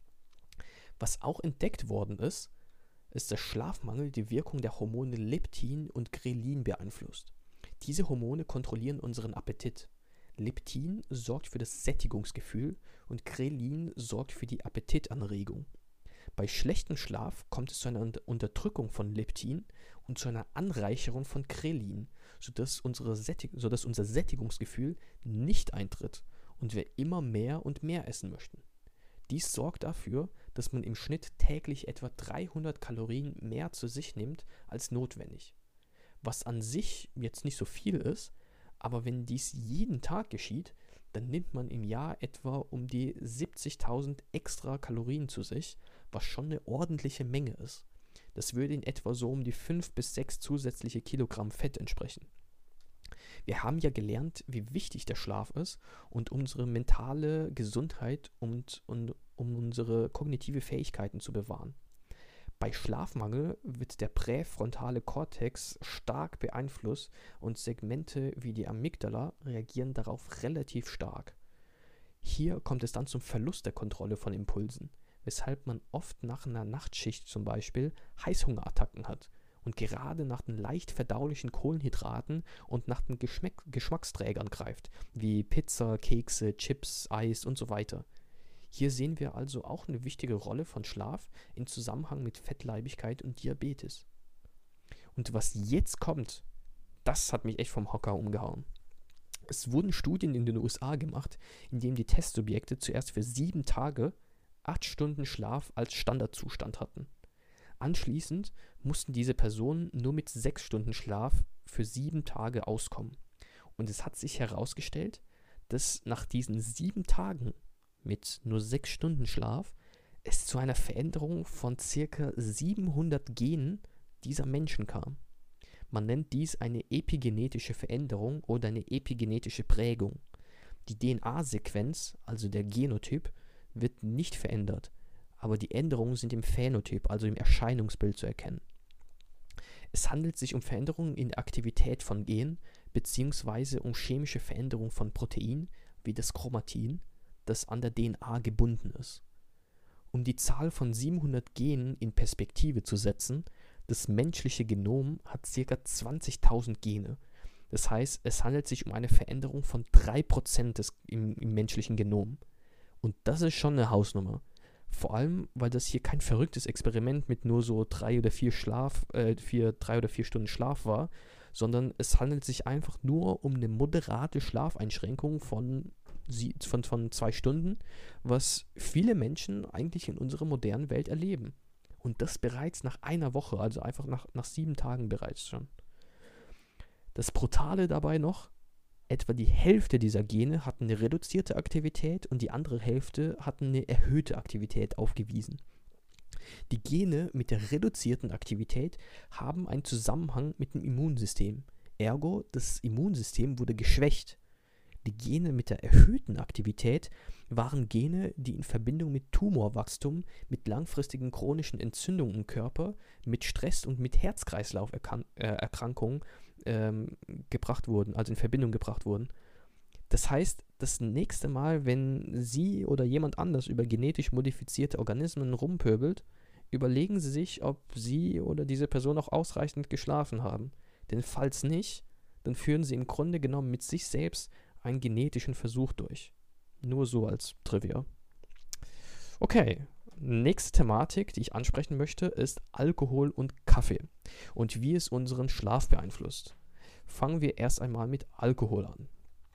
Was auch entdeckt worden ist, dass Schlafmangel die Wirkung der Hormone Leptin und Grelin beeinflusst. Diese Hormone kontrollieren unseren Appetit. Leptin sorgt für das Sättigungsgefühl und Grelin sorgt für die Appetitanregung. Bei schlechtem Schlaf kommt es zu einer Unterdrückung von Leptin und zu einer Anreicherung von Grelin, sodass unser Sättigungsgefühl nicht eintritt und wir immer mehr und mehr essen möchten. Dies sorgt dafür, dass man im Schnitt täglich etwa 300 Kalorien mehr zu sich nimmt als notwendig. Was an sich jetzt nicht so viel ist, aber wenn dies jeden Tag geschieht, dann nimmt man im Jahr etwa um die 70.000 extra Kalorien zu sich, was schon eine ordentliche Menge ist. Das würde in etwa so um die 5 bis 6 zusätzliche Kilogramm Fett entsprechen. Wir haben ja gelernt, wie wichtig der Schlaf ist und unsere mentale Gesundheit und um unsere kognitive Fähigkeiten zu bewahren. Bei Schlafmangel wird der präfrontale Kortex stark beeinflusst und Segmente wie die Amygdala reagieren darauf relativ stark. Hier kommt es dann zum Verlust der Kontrolle von Impulsen, weshalb man oft nach einer Nachtschicht zum Beispiel Heißhungerattacken hat und gerade nach den leicht verdaulichen Kohlenhydraten und nach den Geschmacksträgern greift, wie Pizza, Kekse, Chips, Eis und so weiter. Hier sehen wir also auch eine wichtige Rolle von Schlaf im Zusammenhang mit Fettleibigkeit und Diabetes. Und was jetzt kommt, das hat mich echt vom Hocker umgehauen. Es wurden Studien in den USA gemacht, in denen die Testsubjekte zuerst für 7 Tage 8 Stunden Schlaf als Standardzustand hatten. Anschließend mussten diese Personen nur mit 6 Stunden Schlaf für 7 Tage auskommen. Und es hat sich herausgestellt, dass nach diesen 7 Tagen mit nur 6 Stunden Schlaf es zu einer Veränderung von ca. 700 Genen dieser Menschen kam. Man nennt dies eine epigenetische Veränderung oder eine epigenetische Prägung. Die DNA-Sequenz, also der Genotyp, wird nicht verändert, aber die Änderungen sind im Phänotyp, also im Erscheinungsbild zu erkennen. Es handelt sich um Veränderungen in der Aktivität von Genen bzw. um chemische Veränderungen von Proteinen wie das Chromatin, das an der DNA gebunden ist. Um die Zahl von 700 Genen in Perspektive zu setzen, das menschliche Genom hat ca. 20.000 Gene. Das heißt, es handelt sich um eine Veränderung von 3% im menschlichen Genom. Und das ist schon eine Hausnummer. Vor allem, weil das hier kein verrücktes Experiment mit nur so 3 oder 4 Stunden Schlaf war, sondern es handelt sich einfach nur um eine moderate Schlafeinschränkung von 2 Stunden, was viele Menschen eigentlich in unserer modernen Welt erleben. Und das bereits nach einer Woche, also einfach nach 7 Tagen bereits schon. Das Brutale dabei noch, etwa die Hälfte dieser Gene hatten eine reduzierte Aktivität und die andere Hälfte hatten eine erhöhte Aktivität aufgewiesen. Die Gene mit der reduzierten Aktivität haben einen Zusammenhang mit dem Immunsystem. Ergo, das Immunsystem wurde geschwächt. Die Gene mit der erhöhten Aktivität waren Gene, die in Verbindung mit Tumorwachstum, mit langfristigen chronischen Entzündungen im Körper, mit Stress und mit Herz-Kreislauf-Erkrankungen gebracht wurden, also in Verbindung gebracht wurden. Das heißt, das nächste Mal, wenn Sie oder jemand anders über genetisch modifizierte Organismen rumpöbelt, überlegen Sie sich, ob Sie oder diese Person auch ausreichend geschlafen haben. Denn falls nicht, dann führen Sie im Grunde genommen mit sich selbst einen genetischen Versuch durch. Nur so als Trivia. Okay, nächste Thematik, die ich ansprechen möchte, ist Alkohol und Kaffee und wie es unseren Schlaf beeinflusst. Fangen wir erst einmal mit Alkohol an.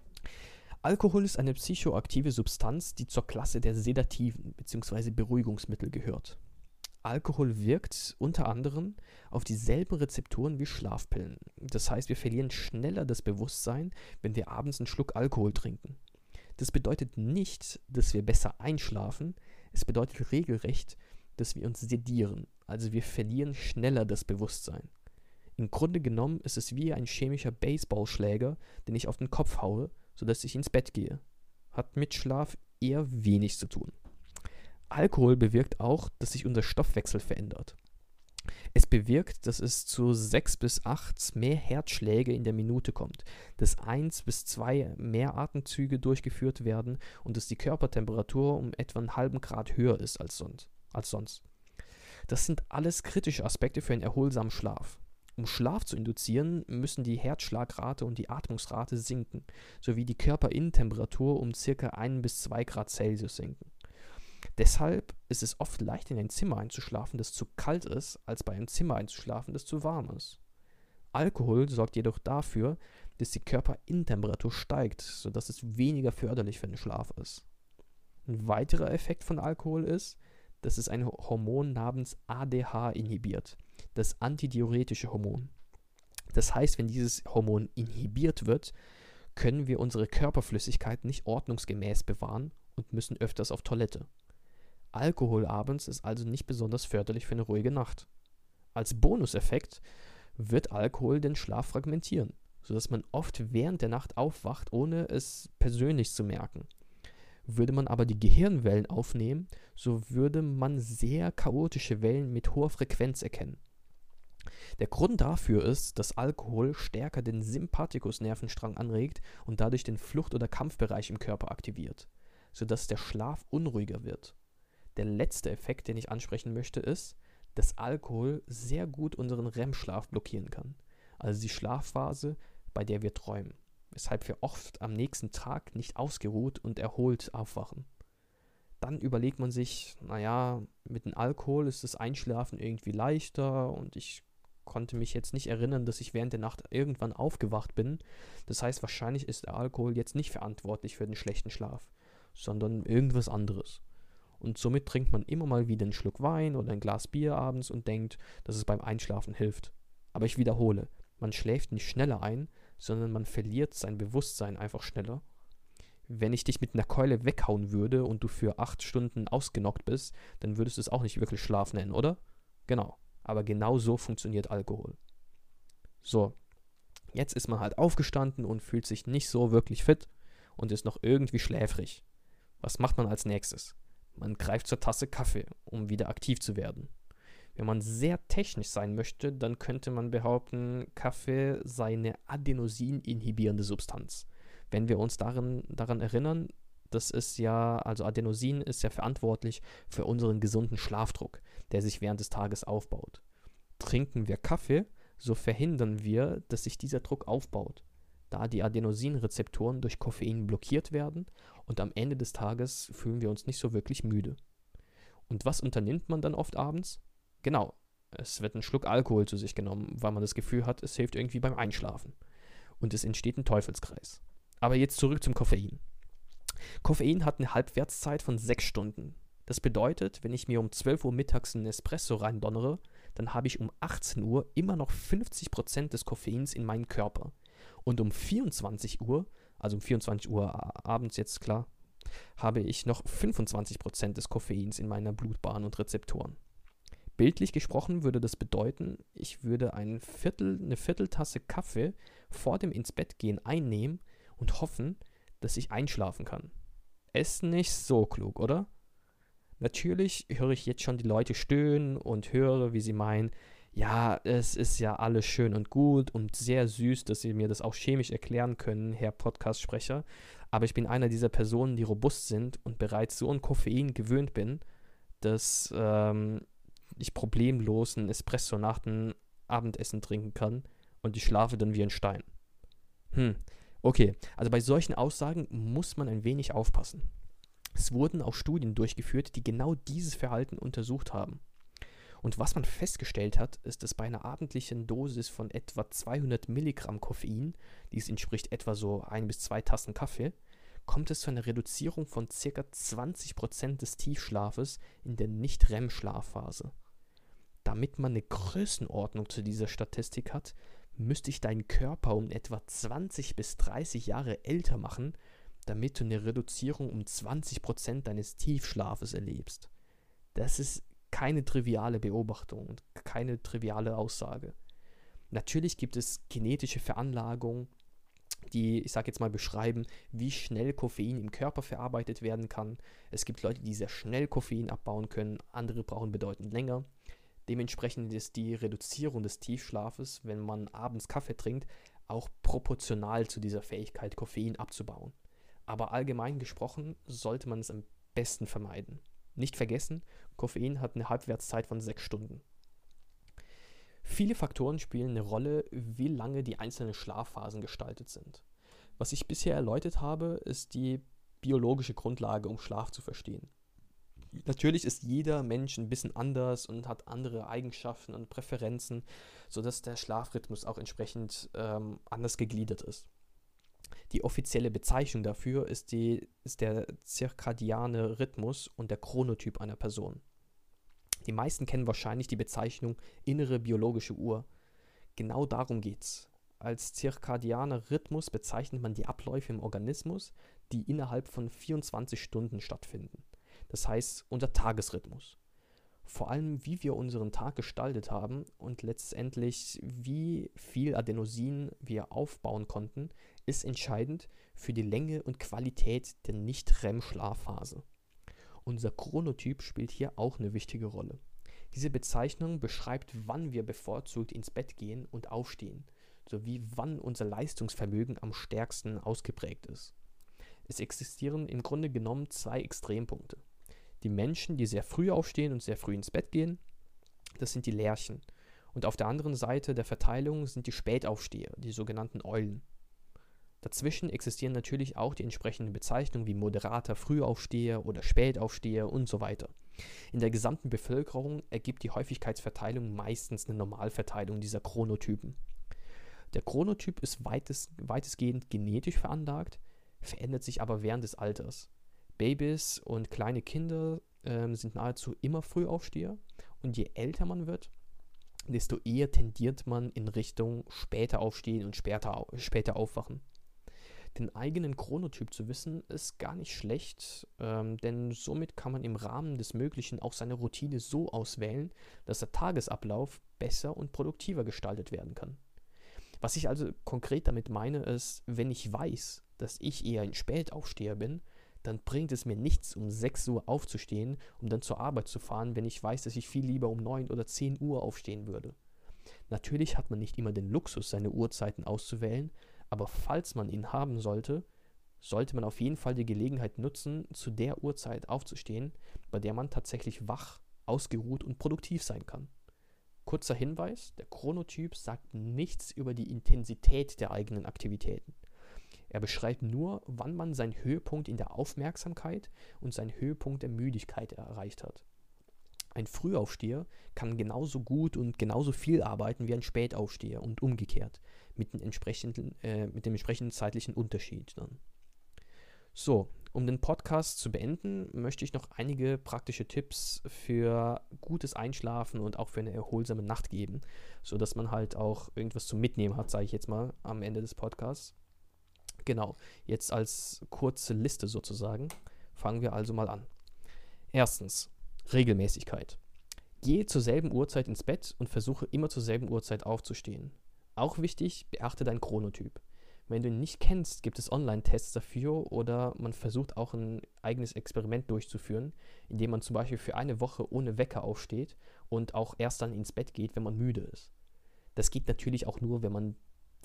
Alkohol ist eine psychoaktive Substanz, die zur Klasse der Sedativen bzw. Beruhigungsmittel gehört. Alkohol wirkt unter anderem auf dieselben Rezeptoren wie Schlafpillen. Das heißt, wir verlieren schneller das Bewusstsein, wenn wir abends einen Schluck Alkohol trinken. Das bedeutet nicht, dass wir besser einschlafen, es bedeutet regelrecht, dass wir uns sedieren, also wir verlieren schneller das Bewusstsein. Im Grunde genommen ist es wie ein chemischer Baseballschläger, den ich auf den Kopf haue, sodass ich ins Bett gehe. Hat mit Schlaf eher wenig zu tun. Alkohol bewirkt auch, dass sich unser Stoffwechsel verändert. Es bewirkt, dass es zu 6 bis 8 mehr Herzschläge in der Minute kommt, dass 1 bis 2 mehr Atemzüge durchgeführt werden und dass die Körpertemperatur um etwa einen halben Grad höher ist als sonst. Das sind alles kritische Aspekte für einen erholsamen Schlaf. Um Schlaf zu induzieren, müssen die Herzschlagrate und die Atmungsrate sinken, sowie die Körperinnentemperatur um ca. 1 bis 2 Grad Celsius sinken. Deshalb ist es oft leicht, in ein Zimmer einzuschlafen, das zu kalt ist, als bei einem Zimmer einzuschlafen, das zu warm ist. Alkohol sorgt jedoch dafür, dass die Körperinnentemperatur steigt, sodass es weniger förderlich für den Schlaf ist. Ein weiterer Effekt von Alkohol ist, dass es ein Hormon namens ADH inhibiert, das antidiuretische Hormon. Das heißt, wenn dieses Hormon inhibiert wird, können wir unsere Körperflüssigkeit nicht ordnungsgemäß bewahren und müssen öfters auf Toilette. Alkohol abends ist also nicht besonders förderlich für eine ruhige Nacht. Als Bonuseffekt wird Alkohol den Schlaf fragmentieren, sodass man oft während der Nacht aufwacht, ohne es persönlich zu merken. Würde man aber die Gehirnwellen aufnehmen, so würde man sehr chaotische Wellen mit hoher Frequenz erkennen. Der Grund dafür ist, dass Alkohol stärker den Sympathikus-Nervenstrang anregt und dadurch den Flucht- oder Kampfbereich im Körper aktiviert, sodass der Schlaf unruhiger wird. Der letzte Effekt, den ich ansprechen möchte, ist, dass Alkohol sehr gut unseren REM-Schlaf blockieren kann, also die Schlafphase, bei der wir träumen, weshalb wir oft am nächsten Tag nicht ausgeruht und erholt aufwachen. Dann überlegt man sich, naja, mit dem Alkohol ist das Einschlafen irgendwie leichter und ich konnte mich jetzt nicht erinnern, dass ich während der Nacht irgendwann aufgewacht bin. Das heißt, wahrscheinlich ist der Alkohol jetzt nicht verantwortlich für den schlechten Schlaf, sondern irgendwas anderes. Und somit trinkt man immer mal wieder einen Schluck Wein oder ein Glas Bier abends und denkt, dass es beim Einschlafen hilft. Aber ich wiederhole, man schläft nicht schneller ein, sondern man verliert sein Bewusstsein einfach schneller. Wenn ich dich mit einer Keule weghauen würde und du für 8 Stunden ausgenockt bist, dann würdest du es auch nicht wirklich Schlaf nennen, oder? Genau. Aber genau so funktioniert Alkohol. So, jetzt ist man halt aufgestanden und fühlt sich nicht so wirklich fit und ist noch irgendwie schläfrig. Was macht man als nächstes? Man greift zur Tasse Kaffee, um wieder aktiv zu werden. Wenn man sehr technisch sein möchte, dann könnte man behaupten, Kaffee sei eine Adenosin-inhibierende Substanz. Wenn wir uns daran erinnern, das ist ja, also Adenosin ist ja verantwortlich für unseren gesunden Schlafdruck, der sich während des Tages aufbaut. Trinken wir Kaffee, so verhindern wir, dass sich dieser Druck aufbaut, da die Adenosinrezeptoren durch Koffein blockiert werden und am Ende des Tages fühlen wir uns nicht so wirklich müde. Und was unternimmt man dann oft abends? Genau, es wird ein Schluck Alkohol zu sich genommen, weil man das Gefühl hat, es hilft irgendwie beim Einschlafen. Und es entsteht ein Teufelskreis. Aber jetzt zurück zum Koffein. Koffein hat eine Halbwertszeit von 6 Stunden. Das bedeutet, wenn ich mir um 12 Uhr mittags einen Espresso reindonnere, dann habe ich um 18 Uhr immer noch 50% des Koffeins in meinem Körper. Und um 24 Uhr, also um 24 Uhr abends jetzt klar, habe ich noch 25% des Koffeins in meiner Blutbahn und Rezeptoren. Bildlich gesprochen würde das bedeuten, ich würde eine Vierteltasse Kaffee vor dem ins Bett gehen einnehmen und hoffen, dass ich einschlafen kann. Ist nicht so klug, oder? Natürlich höre ich jetzt schon die Leute stöhnen und höre, wie sie meinen, ja, es ist ja alles schön und gut und sehr süß, dass Sie mir das auch chemisch erklären können, Herr Podcast-Sprecher, aber ich bin einer dieser Personen, die robust sind und bereits so an Koffein gewöhnt bin, dass ich problemlos einen Espresso nach dem Abendessen trinken kann und ich schlafe dann wie ein Stein. Okay, also bei solchen Aussagen muss man ein wenig aufpassen. Es wurden auch Studien durchgeführt, die genau dieses Verhalten untersucht haben. Und was man festgestellt hat, ist, dass bei einer abendlichen Dosis von etwa 200 Milligramm Koffein, dies entspricht etwa so 1 bis 2 Tassen Kaffee, kommt es zu einer Reduzierung von ca. 20% des Tiefschlafes in der Nicht-REM-Schlafphase. Damit man eine Größenordnung zu dieser Statistik hat, müsste ich deinen Körper um etwa 20 bis 30 Jahre älter machen, damit du eine Reduzierung um 20% deines Tiefschlafes erlebst. Das ist keine triviale Beobachtung und keine triviale Aussage. Natürlich gibt es genetische Veranlagungen, die, ich sage jetzt mal, beschreiben, wie schnell Koffein im Körper verarbeitet werden kann. Es gibt Leute, die sehr schnell Koffein abbauen können, andere brauchen bedeutend länger. Dementsprechend ist die Reduzierung des Tiefschlafes, wenn man abends Kaffee trinkt, auch proportional zu dieser Fähigkeit, Koffein abzubauen. Aber allgemein gesprochen sollte man es am besten vermeiden. Nicht vergessen, Koffein hat eine Halbwertszeit von 6 Stunden. Viele Faktoren spielen eine Rolle, wie lange die einzelnen Schlafphasen gestaltet sind. Was ich bisher erläutert habe, ist die biologische Grundlage, um Schlaf zu verstehen. Natürlich ist jeder Mensch ein bisschen anders und hat andere Eigenschaften und Präferenzen, sodass der Schlafrhythmus auch entsprechend anders gegliedert ist. Die offizielle Bezeichnung dafür ist der zirkadiane Rhythmus und der Chronotyp einer Person. Die meisten kennen wahrscheinlich die Bezeichnung innere biologische Uhr. Genau darum geht's. Als zirkadianer Rhythmus bezeichnet man die Abläufe im Organismus, die innerhalb von 24 Stunden stattfinden. Das heißt, unser Tagesrhythmus. Vor allem, wie wir unseren Tag gestaltet haben und letztendlich, wie viel Adenosin wir aufbauen konnten, ist entscheidend für die Länge und Qualität der Nicht-REM-Schlafphase. Unser Chronotyp spielt hier auch eine wichtige Rolle. Diese Bezeichnung beschreibt, wann wir bevorzugt ins Bett gehen und aufstehen, sowie wann unser Leistungsvermögen am stärksten ausgeprägt ist. Es existieren im Grunde genommen 2 Extrempunkte. Die Menschen, die sehr früh aufstehen und sehr früh ins Bett gehen, das sind die Lerchen. Und auf der anderen Seite der Verteilung sind die Spätaufsteher, die sogenannten Eulen. Dazwischen existieren natürlich auch die entsprechenden Bezeichnungen wie moderater Frühaufsteher oder Spätaufsteher und so weiter. In der gesamten Bevölkerung ergibt die Häufigkeitsverteilung meistens eine Normalverteilung dieser Chronotypen. Der Chronotyp ist weitestgehend genetisch veranlagt, verändert sich aber während des Alters. Babys und kleine Kinder sind nahezu immer Frühaufsteher und je älter man wird, desto eher tendiert man in Richtung später aufstehen und später aufwachen. Den eigenen Chronotyp zu wissen, ist gar nicht schlecht, denn somit kann man im Rahmen des Möglichen auch seine Routine so auswählen, dass der Tagesablauf besser und produktiver gestaltet werden kann. Was ich also konkret damit meine, ist, wenn ich weiß, dass ich eher ein Spätaufsteher bin, dann bringt es mir nichts, um 6 Uhr aufzustehen, um dann zur Arbeit zu fahren, wenn ich weiß, dass ich viel lieber um 9 oder 10 Uhr aufstehen würde. Natürlich hat man nicht immer den Luxus, seine Uhrzeiten auszuwählen, aber falls man ihn haben sollte, sollte man auf jeden Fall die Gelegenheit nutzen, zu der Uhrzeit aufzustehen, bei der man tatsächlich wach, ausgeruht und produktiv sein kann. Kurzer Hinweis, der Chronotyp sagt nichts über die Intensität der eigenen Aktivitäten. Er beschreibt nur, wann man seinen Höhepunkt in der Aufmerksamkeit und seinen Höhepunkt der Müdigkeit erreicht hat. Ein Frühaufsteher kann genauso gut und genauso viel arbeiten wie ein Spätaufsteher und umgekehrt, mit dem entsprechenden zeitlichen Unterschied dann. So, um den Podcast zu beenden, möchte ich noch einige praktische Tipps für gutes Einschlafen und auch für eine erholsame Nacht geben, sodass man halt auch irgendwas zum Mitnehmen hat, sage ich jetzt mal, am Ende des Podcasts. Genau, jetzt als kurze Liste sozusagen, fangen wir also mal an. Erstens, Regelmäßigkeit. Gehe zur selben Uhrzeit ins Bett und versuche immer zur selben Uhrzeit aufzustehen. Auch wichtig, beachte deinen Chronotyp. Wenn du ihn nicht kennst, gibt es Online-Tests dafür oder man versucht auch ein eigenes Experiment durchzuführen, indem man zum Beispiel für eine Woche ohne Wecker aufsteht und auch erst dann ins Bett geht, wenn man müde ist. Das geht natürlich auch nur, wenn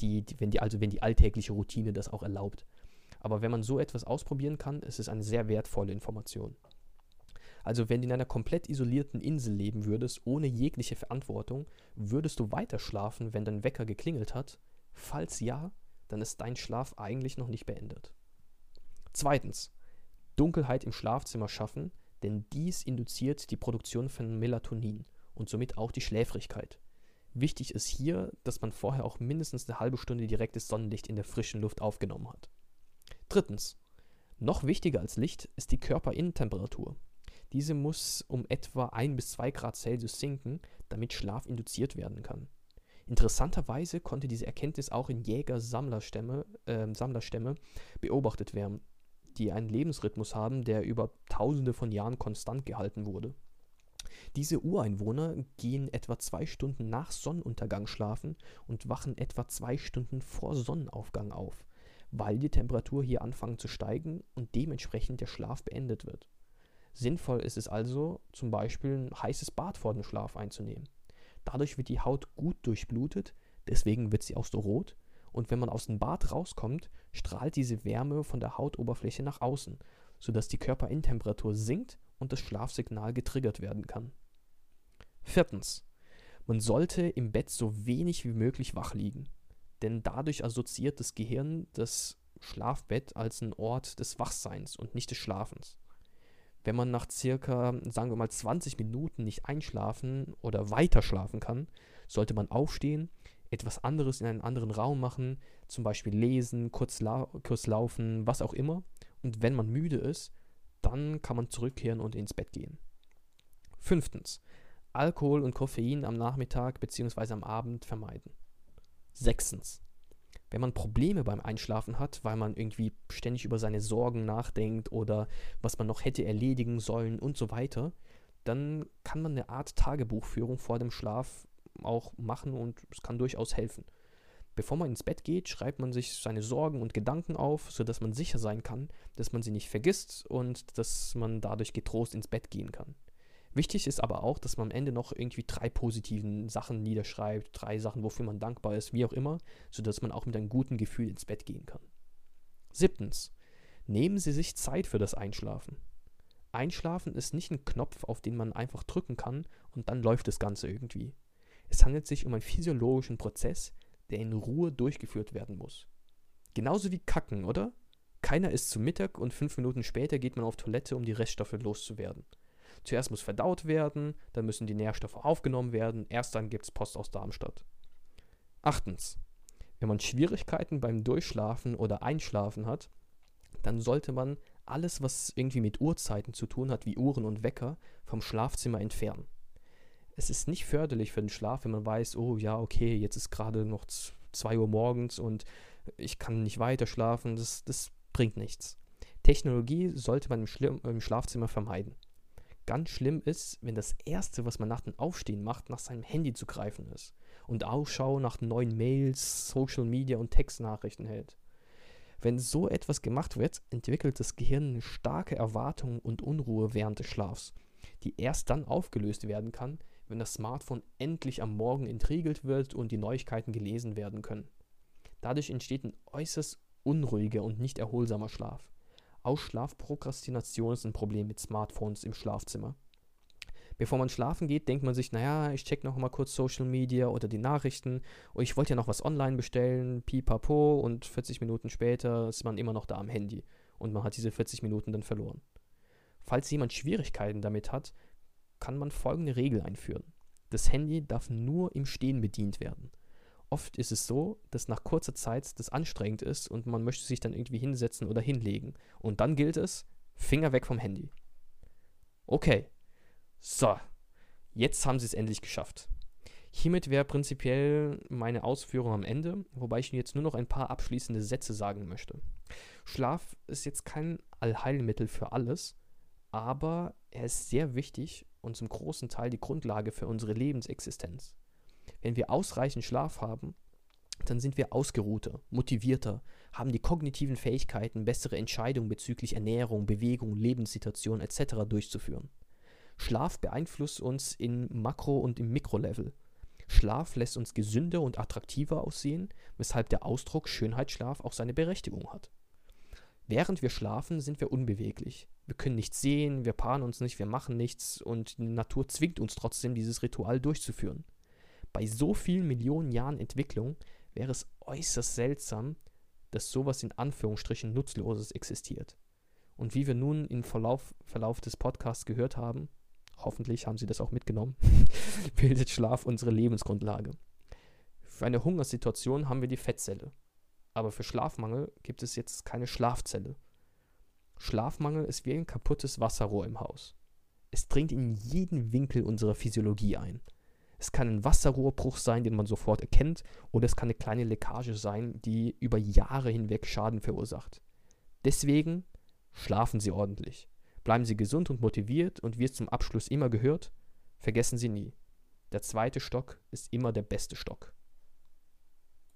die alltägliche Routine das auch erlaubt. Aber wenn man so etwas ausprobieren kann, ist es eine sehr wertvolle Information. Also wenn du in einer komplett isolierten Insel leben würdest, ohne jegliche Verantwortung, würdest du weiter schlafen, wenn dein Wecker geklingelt hat? Falls ja, dann ist dein Schlaf eigentlich noch nicht beendet. Zweitens, Dunkelheit im Schlafzimmer schaffen, denn dies induziert die Produktion von Melatonin und somit auch die Schläfrigkeit. Wichtig ist hier, dass man vorher auch mindestens eine halbe Stunde direktes Sonnenlicht in der frischen Luft aufgenommen hat. Drittens, noch wichtiger als Licht ist die Körperinnentemperatur. Diese muss um etwa 1 bis 2 Grad Celsius sinken, damit Schlaf induziert werden kann. Interessanterweise konnte diese Erkenntnis auch in Jäger-Sammlerstämme beobachtet werden, die einen Lebensrhythmus haben, der über Tausende von Jahren konstant gehalten wurde. Diese Ureinwohner gehen etwa 2 Stunden nach Sonnenuntergang schlafen und wachen etwa 2 Stunden vor Sonnenaufgang auf, weil die Temperatur hier anfängt zu steigen und dementsprechend der Schlaf beendet wird. Sinnvoll ist es also, zum Beispiel ein heißes Bad vor dem Schlaf einzunehmen. Dadurch wird die Haut gut durchblutet, deswegen wird sie auch so rot. Und wenn man aus dem Bad rauskommt, strahlt diese Wärme von der Hautoberfläche nach außen, sodass die Körperinnentemperatur sinkt und das Schlafsignal getriggert werden kann. Viertens. Man sollte im Bett so wenig wie möglich wach liegen, denn dadurch assoziiert das Gehirn das Schlafbett als einen Ort des Wachseins und nicht des Schlafens. Wenn man nach circa, sagen wir mal, 20 Minuten nicht einschlafen oder weiter schlafen kann, sollte man aufstehen, etwas anderes in einen anderen Raum machen, zum Beispiel lesen, kurz laufen, was auch immer. Und wenn man müde ist, dann kann man zurückkehren und ins Bett gehen. Fünftens. Alkohol und Koffein am Nachmittag bzw. am Abend vermeiden. Sechstens. Wenn man Probleme beim Einschlafen hat, weil man irgendwie ständig über seine Sorgen nachdenkt oder was man noch hätte erledigen sollen und so weiter, dann kann man eine Art Tagebuchführung vor dem Schlaf auch machen und es kann durchaus helfen. Bevor man ins Bett geht, schreibt man sich seine Sorgen und Gedanken auf, sodass man sicher sein kann, dass man sie nicht vergisst und dass man dadurch getrost ins Bett gehen kann. Wichtig ist aber auch, dass man am Ende noch irgendwie 3 positiven Sachen niederschreibt, 3 Sachen, wofür man dankbar ist, wie auch immer, sodass man auch mit einem guten Gefühl ins Bett gehen kann. Siebtens. Nehmen Sie sich Zeit für das Einschlafen. Einschlafen ist nicht ein Knopf, auf den man einfach drücken kann und dann läuft das Ganze irgendwie. Es handelt sich um einen physiologischen Prozess, der in Ruhe durchgeführt werden muss. Genauso wie Kacken, oder? Keiner isst zu Mittag und 5 Minuten später geht man auf Toilette, um die Reststoffe loszuwerden. Zuerst muss verdaut werden, dann müssen die Nährstoffe aufgenommen werden, erst dann gibt es Post aus Darmstadt. Achtens. Wenn man Schwierigkeiten beim Durchschlafen oder Einschlafen hat, dann sollte man alles, was irgendwie mit Uhrzeiten zu tun hat, wie Uhren und Wecker, vom Schlafzimmer entfernen. Es ist nicht förderlich für den Schlaf, wenn man weiß, oh ja, okay, jetzt ist gerade noch 2 Uhr morgens und ich kann nicht weiter schlafen. Das bringt nichts. Technologie sollte man im Schlafzimmer vermeiden. Ganz schlimm ist, wenn das Erste, was man nach dem Aufstehen macht, nach seinem Handy zu greifen ist und Ausschau nach neuen Mails, Social Media und Textnachrichten hält. Wenn so etwas gemacht wird, entwickelt das Gehirn eine starke Erwartung und Unruhe während des Schlafs, die erst dann aufgelöst werden kann, wenn das Smartphone endlich am Morgen entriegelt wird und die Neuigkeiten gelesen werden können. Dadurch entsteht ein äußerst unruhiger und nicht erholsamer Schlaf. Auch Schlafprokrastination ist ein Problem mit Smartphones im Schlafzimmer. Bevor man schlafen geht, denkt man sich, naja, ich check noch mal kurz Social Media oder die Nachrichten. Und ich wollte ja noch was online bestellen, pipapo, und 40 Minuten später ist man immer noch da am Handy. Und man hat diese 40 Minuten dann verloren. Falls jemand Schwierigkeiten damit hat, kann man folgende Regel einführen. Das Handy darf nur im Stehen bedient werden. Oft ist es so, dass nach kurzer Zeit das anstrengend ist und man möchte sich dann irgendwie hinsetzen oder hinlegen. Und dann gilt es, Finger weg vom Handy. Okay, so, jetzt haben sie es endlich geschafft. Hiermit wäre prinzipiell meine Ausführung am Ende, wobei ich jetzt nur noch ein paar abschließende Sätze sagen möchte. Schlaf ist jetzt kein Allheilmittel für alles, aber er ist sehr wichtig und zum großen Teil die Grundlage für unsere Lebensexistenz. Wenn wir ausreichend Schlaf haben, dann sind wir ausgeruhter, motivierter, haben die kognitiven Fähigkeiten, bessere Entscheidungen bezüglich Ernährung, Bewegung, Lebenssituation etc. durchzuführen. Schlaf beeinflusst uns im Makro- und im Mikrolevel. Schlaf lässt uns gesünder und attraktiver aussehen, weshalb der Ausdruck Schönheitsschlaf auch seine Berechtigung hat. Während wir schlafen, sind wir unbeweglich. Wir können nichts sehen, wir paaren uns nicht, wir machen nichts und die Natur zwingt uns trotzdem, dieses Ritual durchzuführen. Bei so vielen Millionen Jahren Entwicklung wäre es äußerst seltsam, dass sowas in Anführungsstrichen Nutzloses existiert. Und wie wir nun im Verlauf des Podcasts gehört haben, hoffentlich haben Sie das auch mitgenommen, bildet Schlaf unsere Lebensgrundlage. Für eine Hungersituation haben wir die Fettzelle. Aber für Schlafmangel gibt es jetzt keine Schlafzelle. Schlafmangel ist wie ein kaputtes Wasserrohr im Haus. Es dringt in jeden Winkel unserer Physiologie ein. Es kann ein Wasserrohrbruch sein, den man sofort erkennt, oder es kann eine kleine Leckage sein, die über Jahre hinweg Schaden verursacht. Deswegen schlafen Sie ordentlich. Bleiben Sie gesund und motiviert und wie es zum Abschluss immer gehört, vergessen Sie nie, der zweite Stock ist immer der beste Stock.